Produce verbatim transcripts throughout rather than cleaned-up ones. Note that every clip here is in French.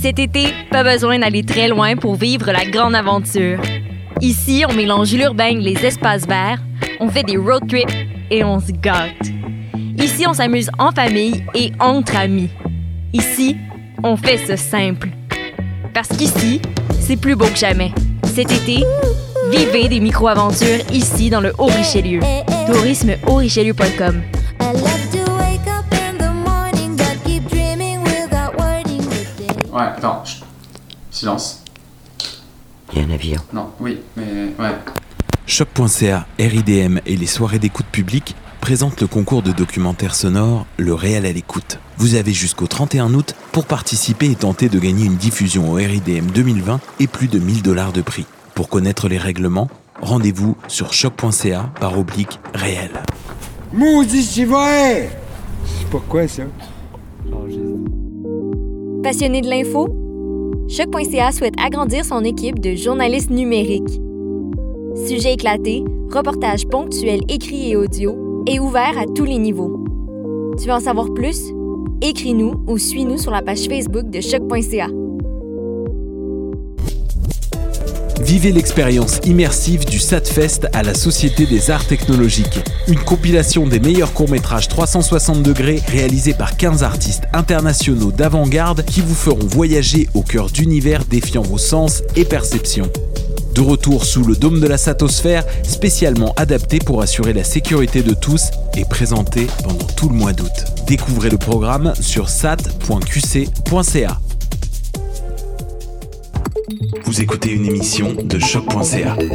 Cet été, pas besoin d'aller très loin pour vivre la grande aventure. Ici, on mélange l'urbain et les espaces verts, on fait des road trips et on se gâte. Ici, on s'amuse en famille et entre amis. Ici, on fait ce simple. Parce qu'ici, c'est plus beau que jamais. Cet été, vivez des micro-aventures ici dans le Haut-Richelieu. tourisme haut richelieu point com. Ouais, attends, chut. Silence. Il y a un avion. Non, oui, mais ouais. Choc point C A, R I D M et les soirées d'écoute publique présentent le concours de documentaire sonore Le Réel à l'écoute. Vous avez jusqu'au trente et un août pour participer et tenter de gagner une diffusion au R I D M deux mille vingt et plus de mille dollars de prix. Pour connaître les règlements, rendez-vous sur choc point C A par oblique réel. Maudit, c'est vrai! C'est pas quoi ça? Passionné de l'info? choc point C A souhaite agrandir son équipe de journalistes numériques. Sujets éclatés, reportages ponctuels écrits et audio et ouverts à tous les niveaux. Tu veux en savoir plus? Écris-nous ou suis-nous sur la page Facebook de choc point C A. Vivez l'expérience immersive du SatFest à la Société des Arts Technologiques. Une compilation des meilleurs courts-métrages trois cent soixante degrés réalisés par quinze artistes internationaux d'avant-garde qui vous feront voyager au cœur d'univers défiant vos sens et perceptions. De retour sous le dôme de la Satosphère, spécialement adapté pour assurer la sécurité de tous et présenté pendant tout le mois d'août. Découvrez le programme sur sat point q c point c a. Vous écoutez une émission de choc point C A.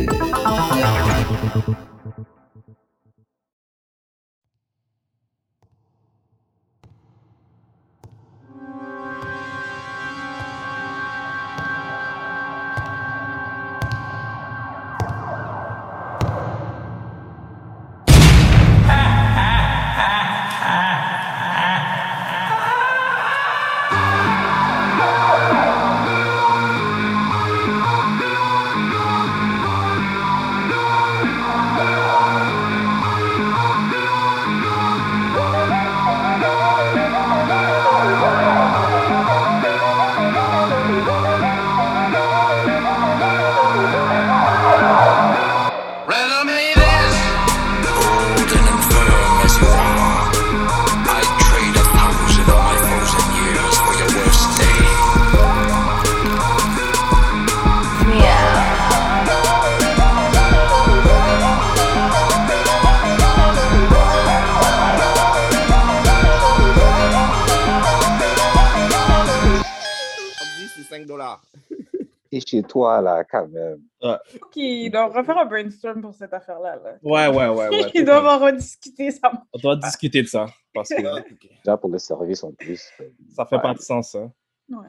Et chez toi, là, quand même. Ouais. OK, donc on va faire un brainstorm pour cette affaire-là. Là. Ouais, ouais, ouais. ouais Ils doivent en rediscuter. Ça... On doit discuter de ça. Parce que... Déjà, pour le service en plus. Ça fait ouais. pas de sens, hein. Ouais.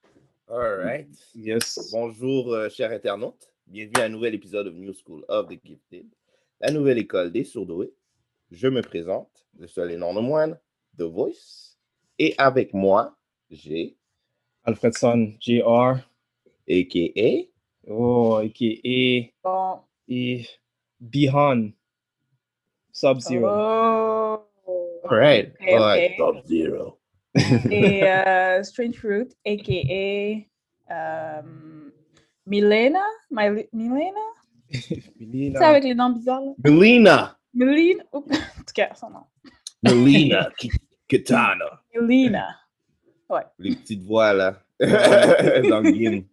All right. Yes. Bonjour, euh, chers internautes. Bienvenue à un nouvel épisode de New School of the Gifted, la nouvelle école des surdoués. Je me présente, je suis les noms de moine, The Voice. Et avec moi, j'ai... Alfredson, J R. A K A Oh, A K A Bon. Et Bihan. Sub-Zero. Oh. All right. Okay, All right. okay. Sub-Zero. Et uh, Strange Fruit, A K A um, Milena. My, Milena? Milena. C'est avec les noms bizarres, là? Melina. Melina. Oh, en tout cas, son nom. Melina Kitana. Melina. Ouais. Les petites voix, là. Dans le game.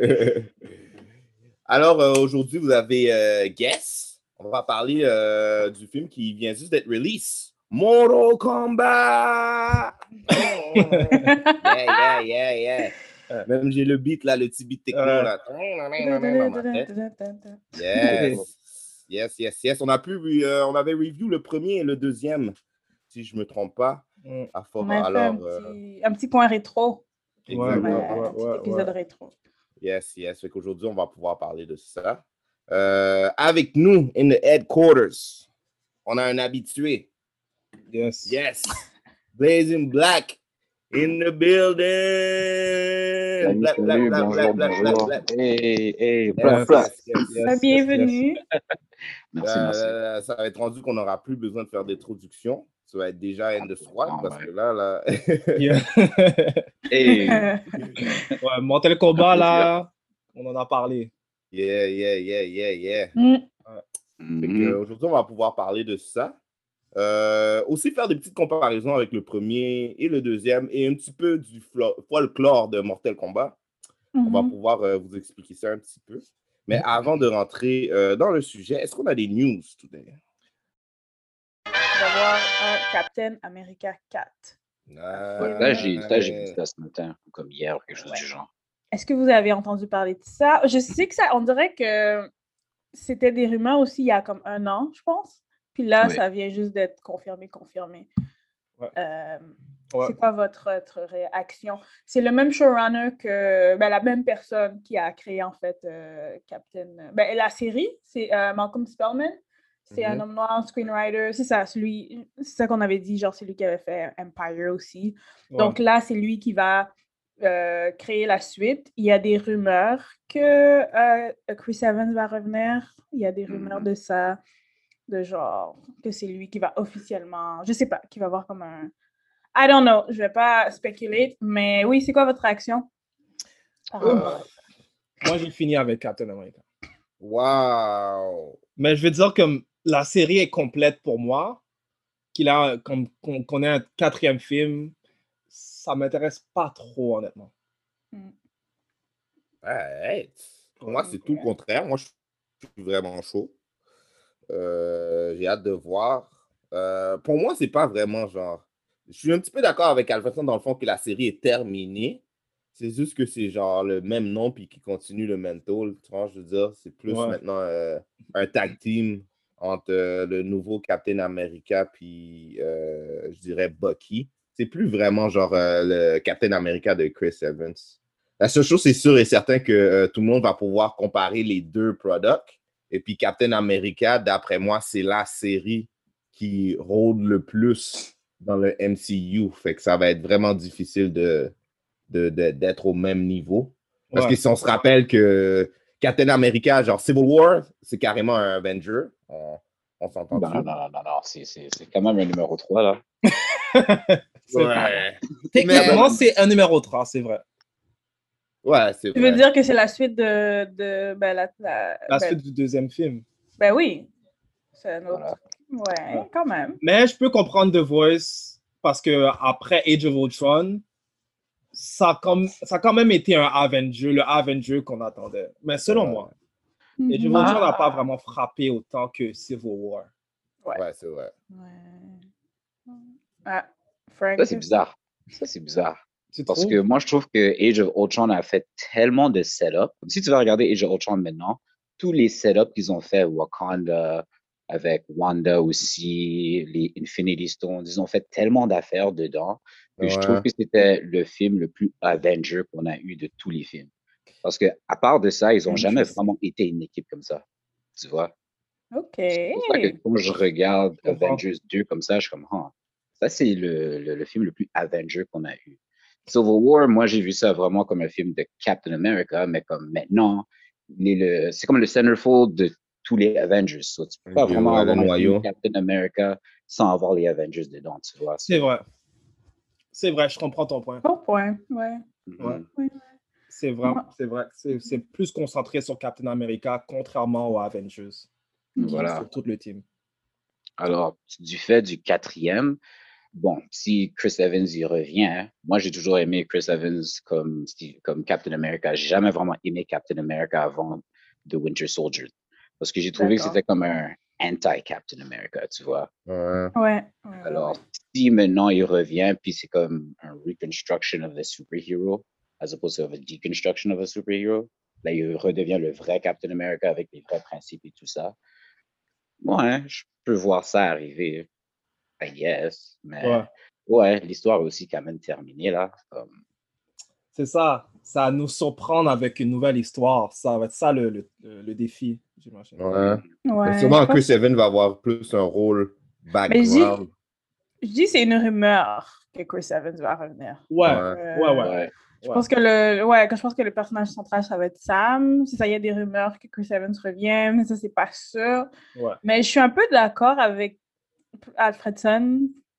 Alors, euh, aujourd'hui, vous avez euh, Guess. On va parler euh, du film qui vient juste d'être release. Mortal Kombat! Oh. Yeah, yeah, yeah, yeah. Même j'ai le beat, là, le petit beat techno, là. Yes. Yes, yes, yes. On a pu, euh, on avait review le premier et le deuxième, si je ne me trompe pas. Mm. À fort, on a alors, fait un, euh... petit, un petit point rétro. Exactement. Ouais, ouais, un petit ouais, épisode ouais. rétro. Yes, yes. Fait qu'aujourd'hui, on va pouvoir parler de ça. Euh, avec nous, in the headquarters, on a un habitué. Yes. Yes. Blazing Black in the building. Salut, black, salut, black, bonjour, black, bonjour. Black, black. Hey, hey, yes, black, black. Yes, yes, yes, Bienvenue. Yes, yes. Merci, euh, merci. Ça va être rendu qu'on n'aura plus besoin de faire d'introduction. tu vas être déjà in the squad Ah, parce ouais. que là, là. Yeah. Hey! Ouais, Mortal Kombat, là, on en a parlé. Yeah, yeah, yeah, yeah, yeah. Mm. Fait que, euh, aujourd'hui, on va pouvoir parler de ça. Euh, aussi faire des petites comparaisons avec le premier et le deuxième et un petit peu du flo- folklore de Mortal Kombat. On va Mhm. pouvoir euh, vous expliquer ça un petit peu. Mais avant de rentrer euh, dans le sujet, est-ce qu'on a des news today? D'avoir un Captain America quatre. Ouais, ça, j'ai ça, j'ai vu ça ce matin, ou comme hier, ou quelque chose Ouais. du genre. Est-ce que vous avez entendu parler de ça? Je sais que ça, on dirait que c'était des rumeurs aussi il y a comme un an, je pense. Puis là, Oui. ça vient juste d'être confirmé, confirmé. Ouais. Euh, Ouais. C'est quoi votre, votre réaction? C'est le même showrunner que ben, la même personne qui a créé en fait euh, Captain. Ben, la série, c'est euh, Malcolm Spellman. C'est un Mhm. homme noir, screenwriter. C'est ça, celui, c'est ça qu'on avait dit, genre c'est lui qui avait fait Empire aussi. Ouais. Donc là, c'est lui qui va euh, créer la suite. Il y a des rumeurs que euh, Chris Evans va revenir. Il y a des rumeurs Mhm. de ça, de genre que c'est lui qui va officiellement, je sais pas, qui va avoir comme un. I don't know, je vais pas spéculer, mais oui, c'est quoi votre réaction par Ouf. rapport à ça? Moi, j'ai fini avec Captain America. Wow! Mais je veux dire que la série est complète pour moi. Qu'il a, comme, qu'on, qu'on ait un quatrième film, ça m'intéresse pas trop, honnêtement. Mm. Alright. Pour moi, c'est Ok. tout le contraire. Moi, je suis vraiment chaud. Euh, j'ai hâte de voir. Euh, pour moi, c'est pas vraiment genre. Je suis un petit peu d'accord avec Alphason dans le fond que la série est terminée. C'est juste que c'est genre le même nom puis qui continue le mental. Tu vois, je veux dire, c'est plus Ouais. maintenant euh, un tag team entre euh, le nouveau Captain America puis euh, je dirais Bucky. C'est plus vraiment genre euh, le Captain America de Chris Evans. La seule chose, c'est sûr et certain que euh, tout le monde va pouvoir comparer les deux products. Et puis Captain America, d'après moi, c'est la série qui rôde le plus dans le M C U. Fait que ça va être vraiment difficile de, de, de- d'être au même niveau. Parce Ouais. que si on se rappelle que Captain America, genre Civil War, c'est carrément un Avenger. On, on s'entend Non, dessus. non, non, non, non, non, c'est, c'est, c'est quand même un numéro trois, là. C'est- Ouais. Techniquement, Mais- c'est un numéro trois, c'est vrai. Ouais, c'est Tu veux vrai. dire que c'est la suite de, de ben, la, la, La ben, suite du deuxième film. ben oui, c'est un autre. Voilà. Ouais, Ouais. quand même. Mais je peux comprendre The Voice parce que après Age of Ultron, ça a, comme, ça a quand même été un Avenger, le Avenger qu'on attendait. Mais selon Ouais. moi, Age of Mhm. Ultron n'a Ah. pas vraiment frappé autant que Civil War. Ouais. Ouais, c'est vrai. Ouais. Ah, Frank. Ça, c'est bizarre. Ça, c'est bizarre. Tu Parce trouves? que moi, je trouve que Age of Ultron a fait tellement de setup. Si tu vas regarder Age of Ultron maintenant, tous les setups qu'ils ont fait, Wakanda, avec Wanda aussi, les Infinity Stones, ils ont fait tellement d'affaires dedans que je trouve Ouais. que c'était le film le plus Avenger qu'on a eu de tous les films. Parce que à part de ça, ils n'ont jamais Interesting. vraiment été une équipe comme ça. Tu vois? OK. C'est pour ça que quand je regarde Je comprends. Avengers deux comme ça, je suis comme, ah, ça, c'est le, le, le film le plus Avenger qu'on a eu. Civil War, moi, j'ai vu ça vraiment comme un film de Captain America, mais comme maintenant, il est le, c'est comme le centerfold de tous les Avengers. So, tu peux pas Ok, vraiment ouais, avoir le un noyau. film Captain America sans avoir les Avengers dedans, tu vois. C'est vrai. C'est vrai, je comprends ton point. Bon point, ouais. Ouais. Mhm. Ouais. C'est vrai, Ouais. c'est vrai. C'est, c'est plus concentré sur Captain America, contrairement aux Avengers. Voilà. Sur tout le team. Alors, du fait du quatrième, bon, si Chris Evans y revient, hein, moi j'ai toujours aimé Chris Evans comme, Steve- comme Captain America. J'ai jamais vraiment aimé Captain America avant The Winter Soldier. Parce que j'ai trouvé que D'accord. c'était comme un anti-Captain America, tu vois. Ouais. Ouais. ouais, ouais, Alors, ouais. si maintenant il revient, puis c'est comme un reconstruction of the superhero, as opposed to a deconstruction of a superhero, là il redevient le vrai Captain America avec les vrais principes et tout ça. Ouais, je peux voir ça arriver, I guess, mais Ouais. ouais, l'histoire est aussi quand même terminée là. Comme, C'est ça. Ça va nous surprendre avec une nouvelle histoire. Ça va être ça le, le, le- le défi, j'imagine. Ouais. Ouais, Mais sûrement je pense- Chris Evans va avoir plus un rôle Mais je dis, background. je dis c'est une rumeur que Chris Evans va revenir. Ouais, Ouais. Euh, ouais, ouais. ouais. Je Ouais. pense que le ouais, que je pense que le personnage central ça va être Sam. C'est ça, il y a des rumeurs que Chris Evans revient, mais ça c'est pas sûr. Ouais. Mais je suis un peu d'accord avec Alfredson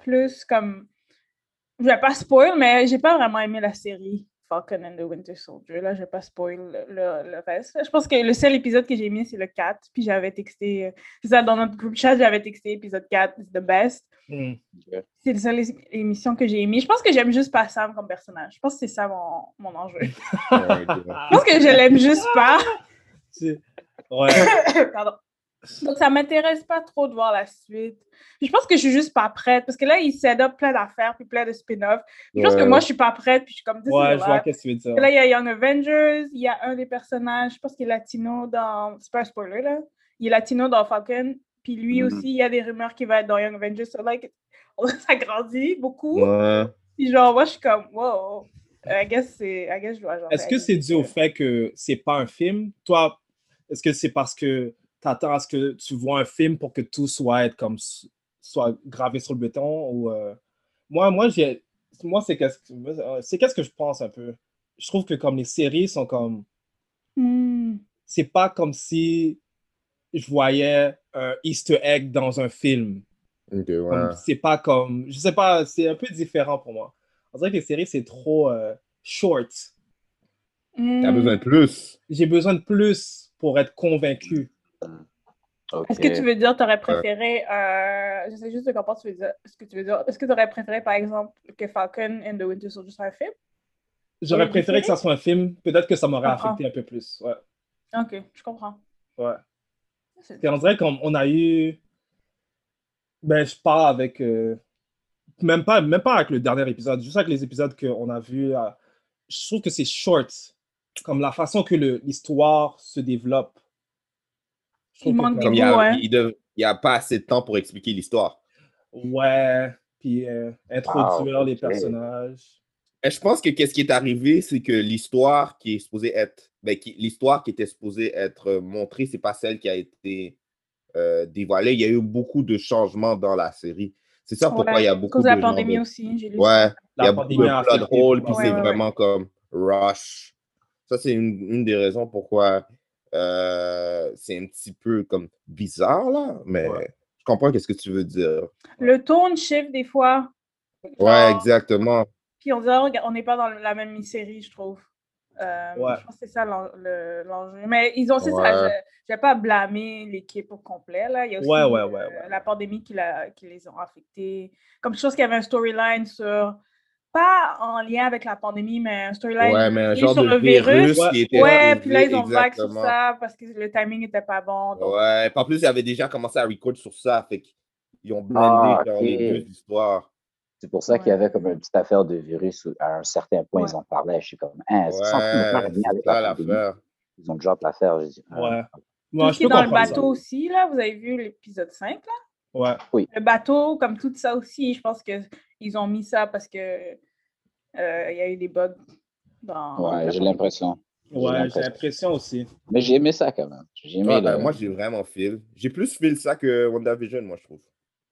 plus comme... Je vais pas spoil, mais j'ai pas vraiment aimé la série Falcon and the Winter Soldier. Là, je vais pas spoil le, le, le reste. Je pense que le seul épisode que j'ai mis, c'est le quatre. Puis j'avais texté... euh, C'est ça, dans notre groupe chat, j'avais texté épisode quatre, c'est the best. Mm. C'est la seule é- émission que j'ai aimée. Je pense que j'aime juste pas Sam comme personnage. Je pense que c'est ça mon, mon enjeu. Je pense que je l'aime juste pas. C'est- Ouais. Pardon. Donc, ça m'intéresse pas trop de voir la suite. Puis je pense que je suis juste pas prête. Parce que là, il set up plein d'affaires, puis plein de spin-offs. Je pense Ouais. que moi, je suis pas prête. Puis je suis comme... this is Ouais, a je vois lot. qu'est-ce que tu veux dire. Parce que là, il y a Young Avengers. Il y a un des personnages, je pense qu'il est latino dans... C'est pas un spoiler, là. Il est latino dans Falcon. Puis lui Mhm. aussi, il y a des rumeurs qu'il va être dans Young Avengers. So, like, ça grandit beaucoup. Ouais. Puis genre, moi, je suis comme... Wow. I guess, c'est... I guess je dois genre... Est-ce que c'est dû au fait que c'est pas un film? Toi, est-ce que c'est parce que tu attends à ce que tu vois un film pour que tout soit être comme soit gravé sur le béton ou euh, moi moi j'ai moi c'est qu'est-ce que c'est qu'est-ce que je pense un peu. Je trouve que comme les séries sont comme Hmm. c'est pas comme si je voyais un Easter egg dans un film. Ok, Comme, ouais. c'est pas comme je sais pas, c'est un peu différent pour moi. On dirait que les séries c'est trop euh, short. Hmm. T'as besoin de plus. J'ai besoin de plus pour être convaincu. Ok. Est-ce que tu veux dire, tu aurais préféré, euh, j'essaie juste de comprendre ce que tu veux dire, ce que tu veux dire, est-ce que tu aurais préféré, par exemple, que Falcon and the Winter Soldier soit un film? J'aurais Oui, préféré des que ça soit un film. Peut-être que ça m'aurait Je comprends. affecté un peu plus. Ouais. Ok, je comprends. Ouais. C'est- Et on dirait qu'on on a eu. Ben, je parle avec. euh, Même pas, même pas avec le dernier épisode, juste avec les épisodes qu'on a vus. euh, Je trouve que c'est short. Comme la façon que le- l'histoire se développe. Je trouve Il que manque comme- des Comme il y goûts, a, hein. il dev- il y a pas assez de temps pour expliquer l'histoire. Ouais. Puis euh, introduire Ah, les ok. personnages. Et je pense que qu'est-ce qui est arrivé, c'est que l'histoire qui est supposée être, ben, qui- l'histoire qui était supposée être euh, montrée, c'est pas celle qui a été euh, dévoilée. Il y a eu beaucoup de changements dans la série. C'est ça pourquoi Ouais, il y a à beaucoup cause de la de gens pandémie de- aussi, j'ai lu Ouais, ça. il y La a beaucoup pandémie de a plot affecté holes, beaucoup. puis Ouais, c'est ouais, ouais. vraiment comme rush. Ça, c'est une, une des raisons pourquoi euh, c'est un petit peu comme bizarre, là, mais Ouais. je comprends qu'est-ce que tu veux dire. Le ton shift, des fois. Ouais, Genre, exactement. puis on dirait, regarde, on n'est pas dans la même série, je trouve. Euh, Ouais. Je pense que c'est ça l'en- le- l'enjeu. Mais ils ont, c'est Ouais. ça, je ne vais pas blâmer l'équipe au complet. Là. Il y a aussi Ouais, ouais, ouais, euh, ouais. la pandémie qui, l'a- qui les ont affectés. Comme je pense qu'il y avait un storyline sur, pas en lien avec la pandémie, mais un storyline Ouais, mais un lié genre sur de le virus. virus qui était Ouais, trouvé, puis là, ils ont vague sur exactement. ça parce que le timing n'était pas bon. Donc, Ouais, puis en plus, ils avaient déjà commencé à record sur ça, fait qu'ils ont blendé Ah, genre, ok. les deux histoires. C'est pour ça qu'il y avait comme une petite affaire de virus où, à un certain point, Ouais. ils en parlaient. Je suis comme, hein, c'est Ouais, sans faire rien c'est avec ça la pandémie. l'affaire. Ils ont drop l'affaire. J'ai dit, ah, Ouais. tout Moi, ce je qui est peux dans le comprendre ça. bateau aussi, là, vous avez vu l'épisode cinq, là? Ouais. Le bateau, comme tout ça aussi, je pense qu'ils ont mis ça parce que euh, il y a eu des bugs dans. ouais, j'ai l'impression. J'ai Ouais, j'ai l'impression. l'impression aussi. Mais j'ai aimé ça quand même. J'ai aimé Ouais, le... ben, moi, j'ai vraiment feel. J'ai plus feel ça que WandaVision, moi, je trouve.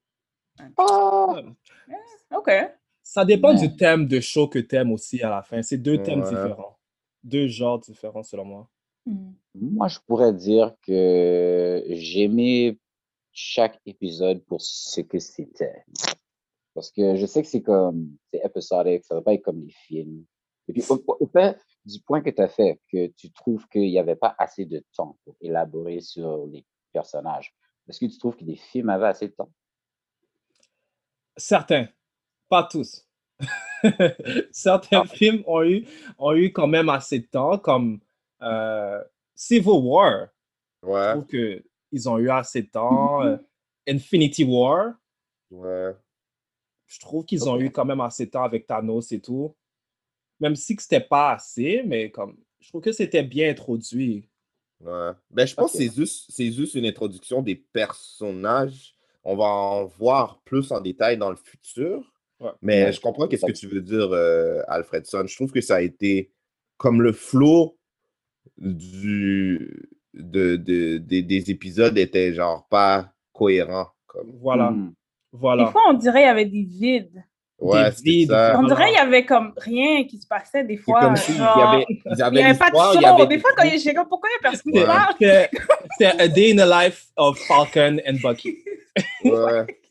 Ah! Ok. Ça dépend Ouais. du thème de show que t'aimes aussi à la fin. C'est deux thèmes Ouais. différents. Deux genres différents, selon moi. Hmm. Moi, je pourrais dire que j'aimais chaque épisode pour ce que c'était. Parce que je sais que c'est comme, c'est épisodique, ça va pas être comme les films. Et puis, au, au fait, du point que tu as fait, que tu trouves qu'il n'y avait pas assez de temps pour élaborer sur les personnages, est-ce que tu trouves que les films avaient assez de temps? Certains, pas tous. Certains films ont eu, ont eu quand même assez de temps, comme euh, Civil War. Je Ouais, trouve qu'ils ont eu assez de temps. Euh, Infinity War, ouais. je trouve qu'ils ont Ok. eu quand même assez de temps avec Thanos et tout. Même si que c'était pas assez, mais comme je trouve que c'était bien introduit. Ouais. Ben, je pense Ok. que c'est juste, c'est juste une introduction des personnages. On va en voir plus en détail dans le futur. Ouais. Mais Ouais. je comprends qu'est-ce que tu veux dire, euh, Alfredson. Je trouve que ça a été comme le flow du, de, de- des- des épisodes était genre pas cohérent. Comme. Voilà, Mhm. voilà. Des fois, on dirait qu'il y avait des vides. Ouais, Des c'est vides, ça. On Voilà. dirait qu'il y avait comme rien qui se passait des C'est fois. comme s'il y genre, avait, ils il avaient n'y avait pas de l'histoire, son. il y avait Des des fois, quand trucs. il j'étais comme, pourquoi il n'y a personne qui Ouais. parle? C'était c'était A Day in the Life of Falcon and Bucky. Ouais.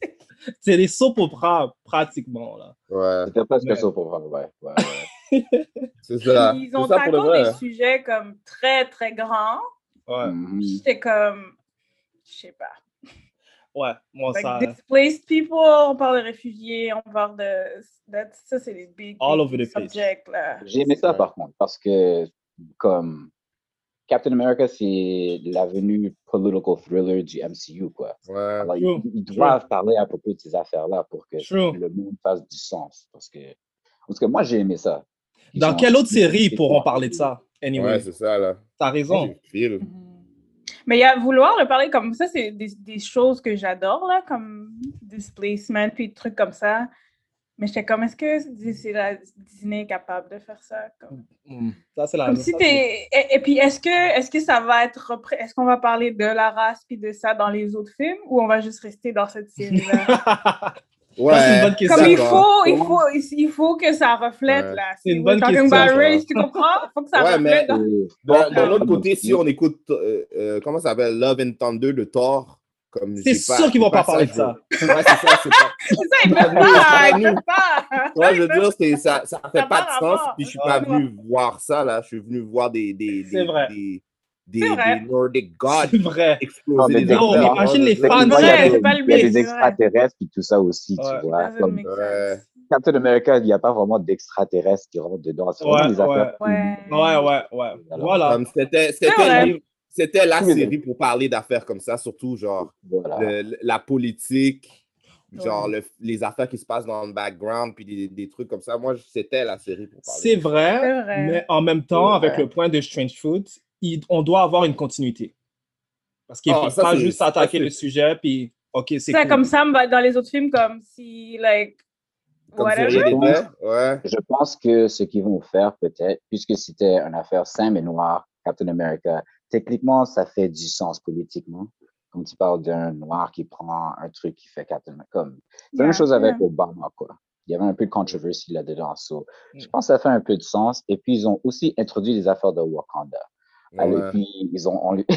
C'est des soap operas, pratiquement, là. Ouais. C'était presque Ouais. ça pour voir, ouais. ouais, ouais. C'est ça. Ils C'est ont ça pour le taclé vrai. des hein. sujets comme très, très grands. Ouais, Mhm. J'étais comme, je sais pas. ouais. Moi, Like ça... displaced people, on parle de réfugiés, on parle de... that- ça, c'est des big, All big, over big the place. subjects, là. J'ai aimé ça Ouais. par contre, parce que comme Captain America, c'est l'avenue political thriller du M C U, quoi. Ouais. Alors, True, ils, ils true. doivent parler à propos de ces affaires-là pour que True. le monde fasse du sens. Parce que, parce que moi, j'ai aimé ça. Ils Dans ont- quelle autre série ils pourront parler de ça? Anyway, Ouais, c'est ça, là. t'as Moi, raison. j'ai feel. Mhm. Mais il y a vouloir le parler comme ça, c'est des, des choses que j'adore, là, comme displacement, puis des trucs comme ça. Mais j'étais comme, est-ce que c'est la Disney capable de faire ça? Comme, Hmm. Ça, c'est la comme si ça, t'es... Et, et puis, est-ce que, est-ce que ça va être... repré- Est-ce qu'on va parler de la race puis de ça dans les autres films ou on va juste rester dans cette série-là? Ouais. Ça, c'est une bonne question. Comme il D'accord. faut, il faut, il faut que ça reflète, Ouais. là. C'est une Si we're bonne talking question, about ça. race, tu comprends? Il faut que ça Ouais, mais- reflète dans... Et- D'un d'un Ouais. autre côté, si on écoute, euh, euh, comment ça s'appelle, Love and Thunder de Thor, comme C'est j'ai pas- sûr qu'ils vont j'ai pas parler de je- ça. Ouais, c'est ça, c'est pas. C'est ça, ils pas peuvent nous, pas, c'est pas ils nous. peuvent pas. Ouais, je veux dire, c'est- ça, ça fait Ça pas a de pas sens, rapport. puis je suis pas Ouais. venu voir ça, là. Je suis venu voir des, des, C'est des, vrai. des, des, C'est vrai. des Nordic gods C'est vrai. exploser Non, mais des des- Non, affaires. imagine Ouais, les je veux fans. dire. Moi, il y a vrai, des- c'est pas le il y a but, des c'est vrai. extraterrestres puis tout ça aussi, Ouais. tu vois. Doesn't Comme make Ouais. sense. Captain America, il n'y a pas vraiment d'extraterrestres qui rentrent dedans. C'est vraiment Ouais, des affaires. Ouais. Ouais, ouais, ouais. Alors, Voilà. Comme c'était, C'est c'était, vrai. les- c'était la Oui, mais- série pour parler d'affaires comme ça, surtout genre Voilà. le- le- la politique, genre Ouais. le- les affaires qui se passent dans le background, puis des, des trucs comme ça. Moi, c'était la série pour parler. C'est vrai, C'est vrai. mais en même temps, C'est avec vrai. le point de Strange Fruit, il- on doit avoir une continuité. Parce qu'il ne Ah, faut ça, pas c'est- juste ça, attaquer c'est- le sujet, puis OK, c'est Ça, cool. comme ça, va dans les autres films, comme si, like, Comme si whatever. rien n'était. Ouais. Je pense que ce qu'ils vont faire, peut-être, puisque c'était une affaire simple et noire, Captain America, techniquement, ça fait du sens politiquement. Comme tu parles d'un noir qui prend un truc qui fait Captain America. Comme, c'est la même Yeah, chose avec yeah. Obama, quoi. Il y avait un peu de controversy là-dedans. So, Mm. je pense que ça fait un peu de sens. Et puis, ils ont aussi introduit les affaires de Wakanda. Alors, Ouais. puis, ils ont... on-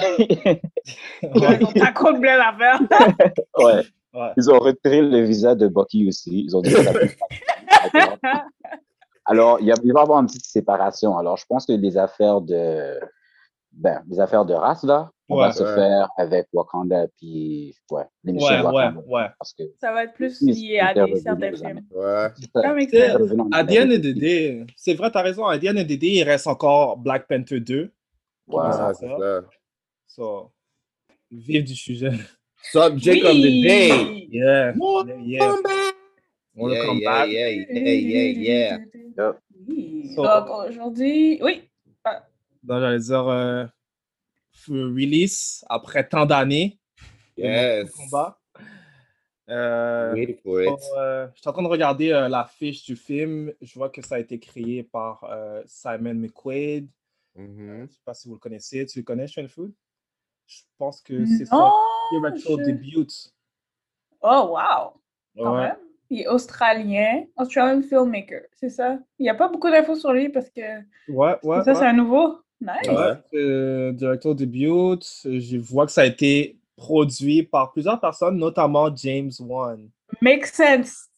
Ils ont ta compte bien l'affaire. ouais. Ouais. Ils ont retiré le visa de Bucky aussi. Ils ont dit que ça peut pas. Alors, il, y a, il va y avoir une petite séparation. Alors, je pense que les affaires de, ben, les affaires de race, là, on Ouais, va se ouais. faire avec Wakanda, puis, ouais, l'émission Ouais, de ouais, Wakanda. ouais. Parce que, Ça va être plus Ils lié à étaient des revenus certains aux films. Ouais. Ça make C'est- sense. revenons À the end of the day, c'est vrai, t'as raison. À the end of the day, il reste encore Black Panther deux. Ouais. va Ouais, sortir. c'est ça. So, vive du sujet. Subject of the day. Oui. Yeah. Mortal Yeah. Kombat. Mortal Yeah, Kombat. yeah, yeah, yeah, yeah, yeah. Oui. So- Donc, aujourd'hui, oui. Ah, Donc, j'allais dire, euh, f- release après tant d'années de Yes. Mortal Kombat. Euh, Wait for it. so, euh, je suis en train de regarder euh, la fiche du film. Je vois que ça a été créé par euh, Simon McQuaid. Je Mhm. ne sais pas si vous le connaissez. Tu le connais, Strange Food? Je pense que c'est son non. directorial je- debut. Oh, wow. Quand Ouais. même. Il est australien, Australian filmmaker, c'est ça? Il n'y a pas beaucoup d'infos sur lui parce que Ouais, ouais. ça, ouais. c'est un nouveau. Nice. Ouais. Euh, director debut. Je vois que ça a été produit par plusieurs personnes, notamment James Wan. Make sense.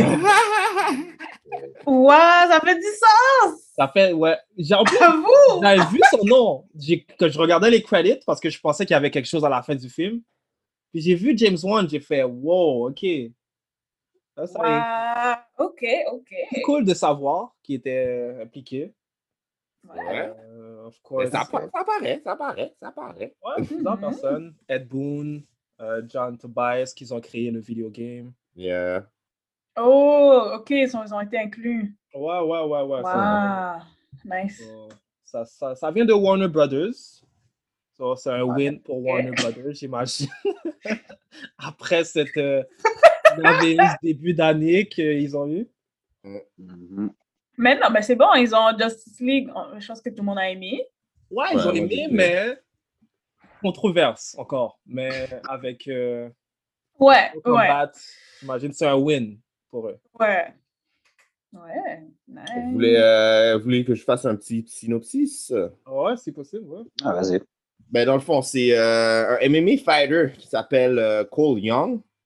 Wow, ça fait du sens! Ça fait, ouais. J'ai en plus, J'avoue! j'avais vu son nom. J'ai- que je regardais les credits parce que je pensais qu'il y avait quelque chose à la fin du film. Puis j'ai vu James Wan, j'ai fait wow, ok. Ça, ça est- Wow. Ok, ok. C'est cool de savoir qu'il était impliqué. Ouais. Euh, of Mais course. ça, pa- ça paraît, ça paraît, ça paraît. Ouais, plusieurs Mhm. personnes. Ed Boon, euh, John Tobias, qui ont créé le video game. Yeah. Oh, ok, ils, sont- ils ont été inclus. Ouais, ouais, ouais, ouais. ça- Wow. Nice. so, ça, ça, ça vient de Warner Brothers. So, c'est un win pour Ok. Warner Brothers, j'imagine. Après cette euh, merveilleuse début d'année qu'ils ont eu. Mhm. Mais non, mais c'est bon, ils ont Justice League, oh, je pense que tout le monde a aimé. Ouais, ils Ouais, ont moi, aimé, j'ai- mais controverse encore. Mais avec euh, Ouais, ouais, Combat, j'imagine que c'est un win pour eux. ouais. Ouais, nice. Vous voulez, euh, vous voulez que je fasse un petit synopsis? Ouais, c'est possible, ouais. Ah, vas-y. Ben, dans le fond, c'est euh, un M M A fighter qui s'appelle euh, Cole Young.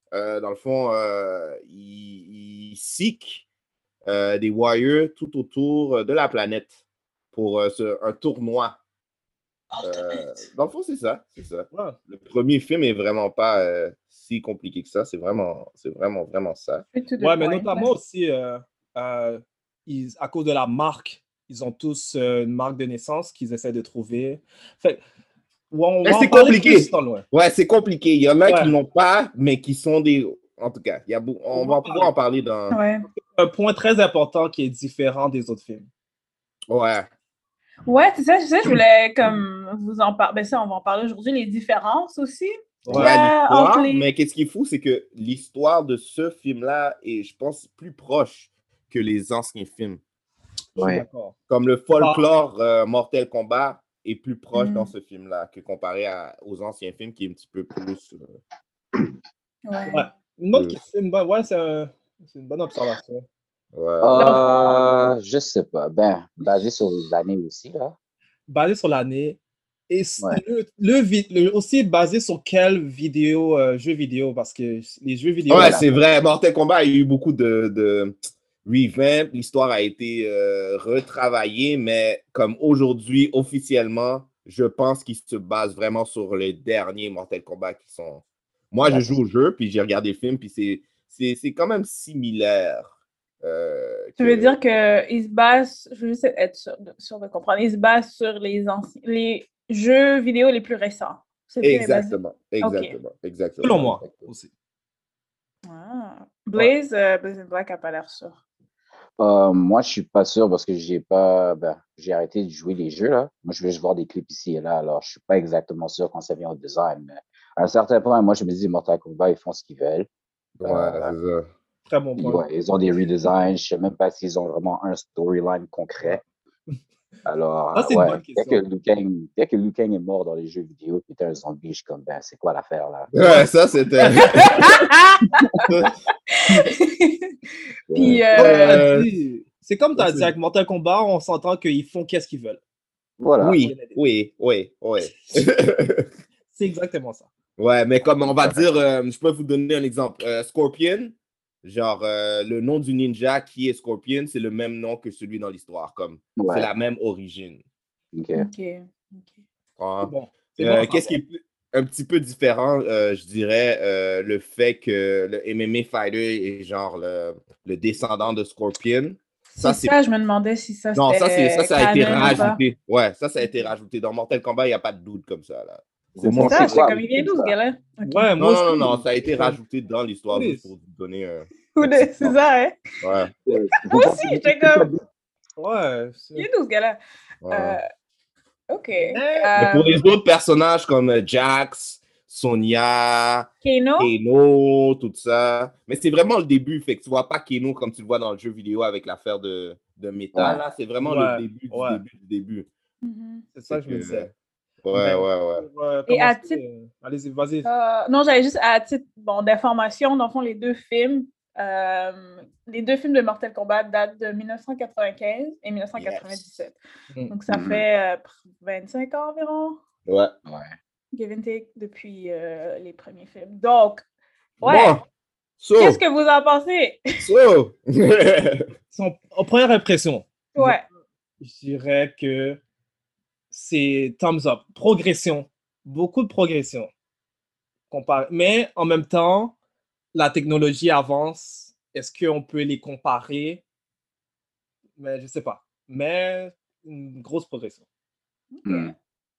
Euh, dans le fond, euh, il, il seek euh, des warriors tout autour de la planète pour euh, ce- un tournoi. Euh, dans le fond, c'est ça, c'est ça. Ouais. Le premier film est vraiment pas euh, si compliqué que ça. C'est vraiment, c'est vraiment, vraiment ça. Straight to the Ouais, mais point, notamment là. aussi, euh, euh, ils, à cause de la marque, ils ont tous euh, une marque de naissance qu'ils essaient de trouver. Fait, ouais, on Mais va en c'est parler compliqué. plus dans le loin. Ouais, c'est compliqué. Il y en a qui Ouais. l'ont pas, mais qui sont des. En tout cas, il y a beau- on On va va pouvoir en parler dans. Ouais. Un point très important qui est différent des autres films. Ouais. Ouais, c'est ça, c'est ça, je voulais comme vous en parler. Ben ça, on va en parler aujourd'hui, les différences aussi. qu'il y Ouais, a entre l'histoire, les... mais qu'est-ce qui est fou, c'est que l'histoire de ce film-là est, je pense, plus proche que les anciens films. Je suis Ouais. d'accord. Comme le folklore euh, Mortal Kombat est plus proche Mm. dans ce film-là que comparé à- aux anciens films qui est un petit peu plus. euh, Ouais. Ouais. Une autre plus- question, une bonne- ouais, c'est un- c'est une bonne observation. ouais. Euh, je sais pas. Ben, basé sur l'année aussi, là. Basé sur l'année. Et c- Ouais. le, le vi- le- aussi basé sur quel vidéo, euh, jeu vidéo, parce que les jeux vidéo. Ouais, là, c'est vrai. Mortal Kombat a eu beaucoup de, de revamp. L'histoire a été euh, retravaillée, mais comme aujourd'hui, officiellement, je pense qu'il se base vraiment sur les derniers Mortal Kombat qui sont. Moi, je Ouais, joue au jeu, puis j'ai regardé le film, puis c'est, c'est, c'est quand même similaire. euh, Tu Euh, veux que- dire qu'il se base, je veux juste être sûr de, sûr de comprendre, il se base sur les anciens, les jeux vidéo les plus récents. C'est ça, il est basé- Exactement, exactement, exactement. selon moi aussi. Ah. Blaze, euh, Blaze and Black a pas l'air sûr. Euh, moi, je suis pas sûr parce que j'ai pas, ben, j'ai arrêté de jouer les jeux, là. Moi, je vais juste voir des clips ici et là. Alors, je suis pas exactement sûr quand ça vient au design. Mais à un certain point, moi, je me dis, Mortal Kombat, ils font ce qu'ils veulent. Ouais, Euh, c'est ça. Très bon Puis, point. ouais, ils ont des redesigns. Je sais même pas s'ils ont vraiment un storyline concret. Alors, Ça, c'est une ouais, bonne dès que, question. Liu Kang, dès que Liu Kang est mort dans les jeux vidéo, puis t'es un zombie, je suis comme, ben, c'est quoi l'affaire, là? Ouais, ça, c'était. Puis, Ouais. euh, Comme t'as Euh, dit- C'est comme tu as ouais, dit c'est- avec Mortal Kombat, on s'entend qu'ils font qu'est-ce qu'ils veulent. Voilà. Oui, oui, oui, oui. C'est exactement ça. Ouais, mais comme on va dire, euh, je peux vous donner un exemple. Euh, Scorpion, genre euh, le nom du ninja qui est Scorpion, c'est le même nom que celui dans l'histoire. Comme Ouais. c'est la même origine. Ok. ok. ok. Hein? C'est bon. C'est Euh, bon à Qu'est-ce qui est plus- un petit peu différent, euh, je dirais, euh, le fait que le M M A Fighter est genre le, le descendant de Scorpion. Ça, C'est c'est ça, je me demandais si ça non, ça, c'est, ça, c'était ça a été canon ou pas. rajouté. Ouais, ça, ça a été rajouté. Dans Mortal Kombat, il n'y a pas de doute comme ça. Là. C'est Vraiment, bon, Ça, c'est j'étais quoi, comme, il vient d'où ce ça? gars-là? Ok. Ouais, Non, moi non, non, aussi. non, ça a été rajouté dans l'histoire Oui. juste pour vous donner un. Oui, c'est ça, hein? Ouais. Moi aussi, j'étais comme, Ouais. c'est- il est d'où ce gars-là? ouais. Euh, ok. Mais- Mais pour Euh, les autres personnages comme euh, Jax, Sonya, Kano? Kano, tout ça. Mais c'est vraiment le début. Fait que tu vois pas Kano comme tu le vois dans le jeu vidéo avec l'affaire de, de métal. Ouais. Là. C'est vraiment Ouais, le début du ouais. début du début. Mhm. C'est ça que je me Fait que, disais. Ouais, Mais- ouais, ouais. Pour, euh, Et à commencer, titre- euh, Allez-y, vas-y. Euh, non, j'avais juste à titre bon, d'information, dans le fond, les deux films. euh, les deux films de Mortal Kombat datent de mille neuf cent quatre-vingt-quinze et mille neuf cent quatre-vingt-dix-sept. Mm. Donc, ça Mhm. fait euh, vingt-cinq ans environ, Ouais. Ouais. give and take, depuis euh, les premiers films. Donc, ouais, Bon. So, qu'est-ce que vous en pensez? so. Son- en première impression, Ouais. je dirais que c'est thumbs up. Progression. Beaucoup de progression. Comparé- Mais en même temps, la technologie avance. Est-ce qu'on peut les comparer? Mais je sais pas. Mais une grosse progression. Hmm.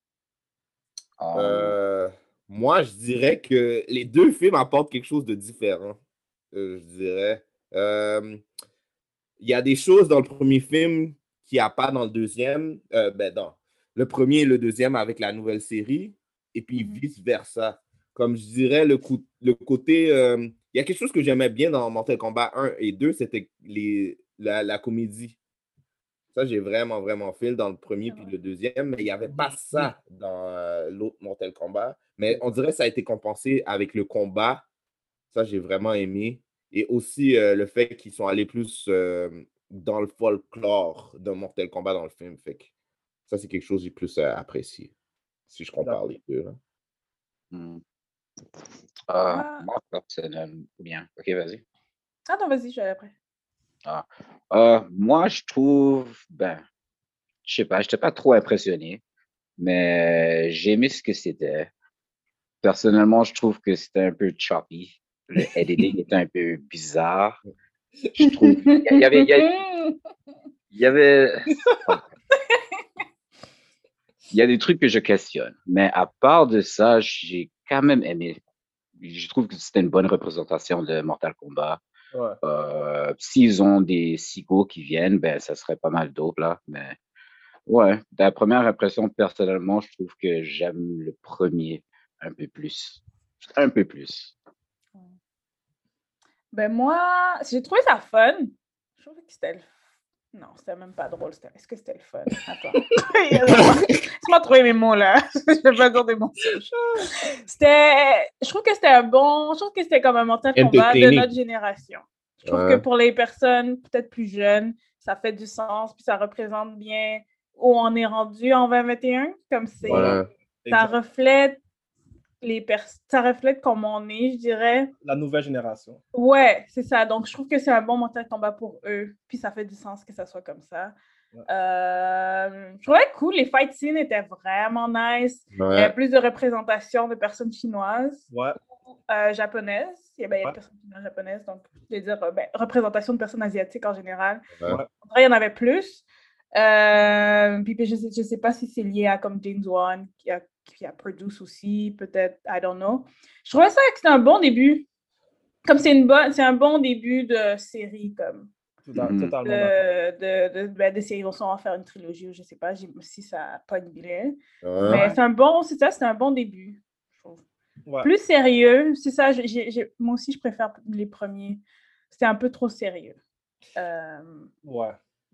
Euh, Euh, moi, je dirais que les deux films apportent quelque chose de différent. euh, je dirais. Euh, Il y a des choses dans le premier film qu'il n'y a pas dans le deuxième. Euh, ben, dans le premier et le deuxième avec la nouvelle série. Et puis Mhm. vice-versa. Comme je dirais, le, coup, le côté. euh, il y a quelque chose que j'aimais bien dans Mortal Kombat un et deux, c'était les, la, la comédie. Ça, j'ai vraiment, vraiment fait dans le premier puis le deuxième, mais il n'y avait pas ça dans euh, l'autre Mortal Kombat. Mais on dirait que ça a été compensé avec le combat. Ça, j'ai vraiment aimé. Et aussi euh, le fait qu'ils sont allés plus euh, dans le folklore de Mortal Kombat dans le film. Fait que ça, c'est quelque chose que j'ai plus euh, apprécié. Si je compare D'accord. les deux. Là. hmm. Euh, Ah, moi, personnellement, bien. Ok, vas-y. ah non, vas-y, je vais aller après. Ah. Euh, moi, je trouve, ben, je sais pas, j'étais pas trop impressionné, mais j'ai aimé ce que c'était. Personnellement, je trouve que c'était un peu choppy. Le editing était un peu bizarre. Je trouve, il y, avait, il y, a- il y avait, il y a des trucs que je questionne, mais à part de ça, j'ai quand même aimé. Je trouve que c'était une bonne représentation de Mortal Kombat. Ouais. Euh, s'ils ont des sequels qui viennent, ben, ça serait pas mal dope, là. Mais ouais, de la première impression, personnellement, je trouve que j'aime le premier un peu plus. Un peu plus. Ben moi, j'ai trouvé ça fun. Je trouvais que c'était le... Non, c'était même pas drôle. c'était- Est-ce que c'était le fun? Attends. Laisse-moi trouver mes mots, là. Je vais pas dire des mensonges. C'était... Je trouve que c'était un bon... Je trouve que c'était comme un Mortal Kombat de Entertaining. notre génération. Je trouve Ouais. que pour les personnes peut-être plus jeunes, ça fait du sens, puis ça représente bien où on est rendu en vingt vingt et un. Comme c'est... Ouais. Ça Exact. reflète les pers... ça reflète comment on est, je dirais. La nouvelle génération. Ouais, c'est ça. Donc, je trouve que c'est un bon Mortal Kombat pour eux. Puis, ça fait du sens que ça soit comme ça. Ouais. Euh, je trouvais cool. Les fight scenes étaient vraiment nice. Il y Ouais. avait plus de représentation de personnes chinoises, Ouais. euh, japonaises. Il y avait Ouais. des personnes chinoises, japonaises. Donc, je veux dire, euh, ben, représentation de personnes asiatiques en général. Ouais. En vrai, il y en avait plus. Euh, puis, puis je sais, je sais pas si c'est lié à comme James Wan qui a, qui a produit aussi, peut-être, I don't know. Je trouvais ça que c'était un bon début. Comme c'est une bonne, c'est un bon début de série, comme Tout à- Mhm. Totalement d'accord. de, de, de, ben, de série. Ils vont sûrement faire une trilogie ou je sais pas j'ai- si ça pogne bien. Ouais. Mais c'est un bon, c'est ça, c'est un bon début, je trouve. Ouais. Plus sérieux, c'est ça. j'ai- j'ai- j'ai- moi aussi, je préfère les premiers. C'était un peu trop sérieux. Euh, Ouais.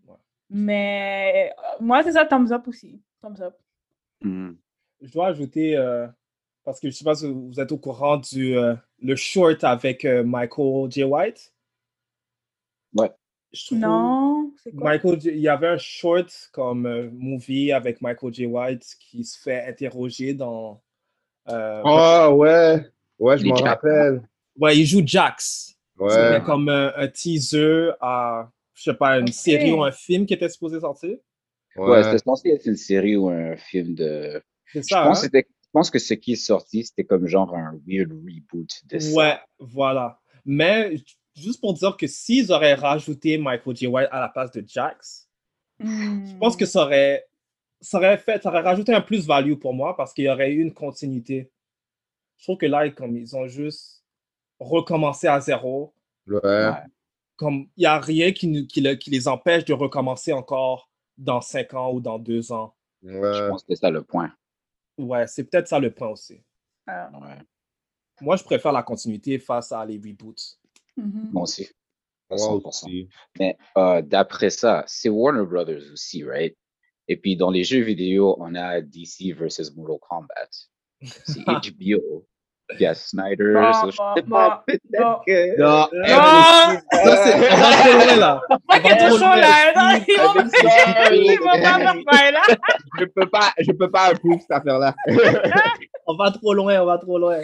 mais euh, moi, c'est ça, thumbs up aussi. Thumbs up. Mhm. Je dois ajouter, euh, parce que je sais pas si vous êtes au courant du euh, le short avec euh, Michael J. White. Ouais. Je trouve Non, c'est quoi? Michael J- il y avait un short comme euh, movie avec Michael J. White qui se fait interroger dans. euh, Oh, ouais. Ouais, je Les m'en Jack, rappelle. Ouais, il joue Jax. C'était Ouais. comme un, un teaser à, je sais pas, une Ok. série ou un film qui était supposé sortir. Ouais, Ouais. c'était censé être une série ou un film de. C'est Je ça, pense, hein? que c'était- je pense que ce qui est sorti, c'était comme genre un weird reboot de ça. Ouais, voilà. Mais juste pour dire que s'ils auraient rajouté Michael J. White à la place de Jax, je pense que Hmm. ça aurait, ça aurait fait, ça aurait rajouté un plus-value pour moi parce qu'il y aurait eu une continuité. Je trouve que là, comme ils ont juste recommencé à zéro, Ouais. Ouais. comme il n'y a rien qui, nous- qui, le- qui les empêche de recommencer encore dans cinq ans ou dans deux ans. Je Ouais. pense que c'est ça le point. Ouais, c'est peut-être ça le point aussi. Ah. Ouais. Moi, je préfère la continuité face à les reboots. Mhm. Moi aussi. À Moi cent pour cent. aussi. Mais euh, d'après ça, c'est Warner Brothers aussi, right? Et puis dans les jeux vidéo, on a D C versus Mortal Kombat. C'est H B O. Il y a Snyder. Bon, so je sais bon, pas, bon, peut-être bon. que. Non, Ah! impossible. Ça, c'est, on va trop loin là. Pas On qu'il y va a trop du chaud loin. là. Non, ils vont Avec ça, ils vont pas faire faille là. Je peux pas, je peux pas approuver cette affaire-là. On va trop loin, on va trop loin.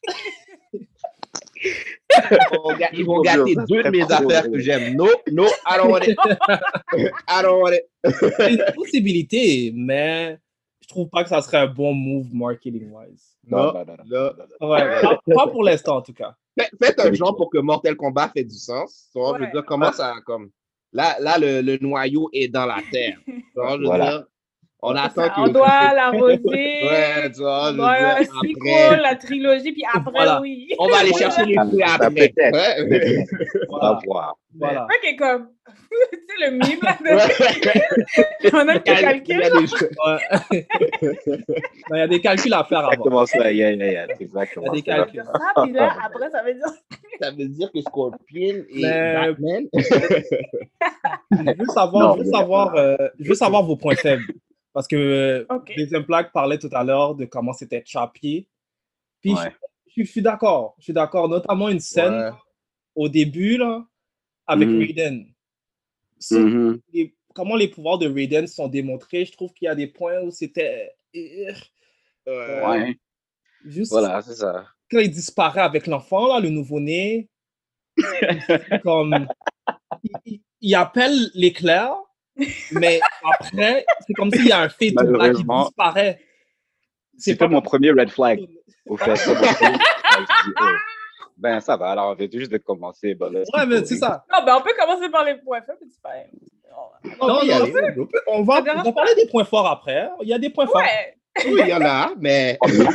Ils vont ga- Ils vont gâter deux de mes affaires que j'aime. No, no, I don't want it. I don't want it. C'est une possibilité, mais je trouve pas que ça serait un bon move marketing-wise. Non, Non, non, non, non, non. non, non. Ouais, pas, pas pour l'instant en tout cas. Faites- Faites un genre pour que Mortal Kombat fait du sens. Tu vois, je veux Ouais. dire, comment ça, comme. Là, là le, le noyau est dans la terre. Tu vois, je veux Voilà. dire, on C'est attend ça, que. on doit l'arroser. Ouais, tu vois, On je doit veux un dire, sequel, après, la trilogie, puis après, Voilà. oui. on va aller chercher les Ah, fruits ça après. peut-être. Ouais. Peut-être. On va Voilà. voir. Voilà. Le mec est comme, tu sais, le mime là. De... Ouais. On a le Il y a- il calcul. y a des choses. Ouais. Non, il y a des calculs à faire avant. Exactement ça. Yeah, yeah, yeah. C'est Il y exactement a des ça. Ça veut calculs. dire ça, puis là, après, ça veut dire. Ça veut dire que Scorpion et Mais- Batman. Je veux savoir, Non, je veux mais- savoir, euh, je veux savoir vos points faibles. Parce que euh, Ok. Deuxième Plaque parlait tout à l'heure de comment c'était choppy. Puis Ouais. je, je suis d'accord. Je suis d'accord. Notamment une scène Ouais. au début là, avec Mhm. Raiden. Sur Mhm. les- comment les pouvoirs de Raiden sont démontrés, je trouve qu'il y a des points où c'était. euh, Ouais. Ouais. Juste. Voilà, c'est ça. quand il disparaît avec l'enfant, là, le nouveau-né, c'est comme, il, il- il appelle l'éclair, mais après, c'est comme s'il y a un fait tout blanc qui Malheureusement, disparaît. C'est c'était pas mon comme premier red flag. Au fait, c'est mon premier red flag. Je dis, oh, ben ça va, alors on vient tout juste de commencer. But let's Ouais, keep mais c'est going. ça. Non, ben on peut commencer par les points faibles, c'est pas... On Non, peut y non, aller. c'est- on, peut- on va, Ça on dérange va parler des points forts après. Il y a des points forts. Ouais. Oui, il y en a, mais.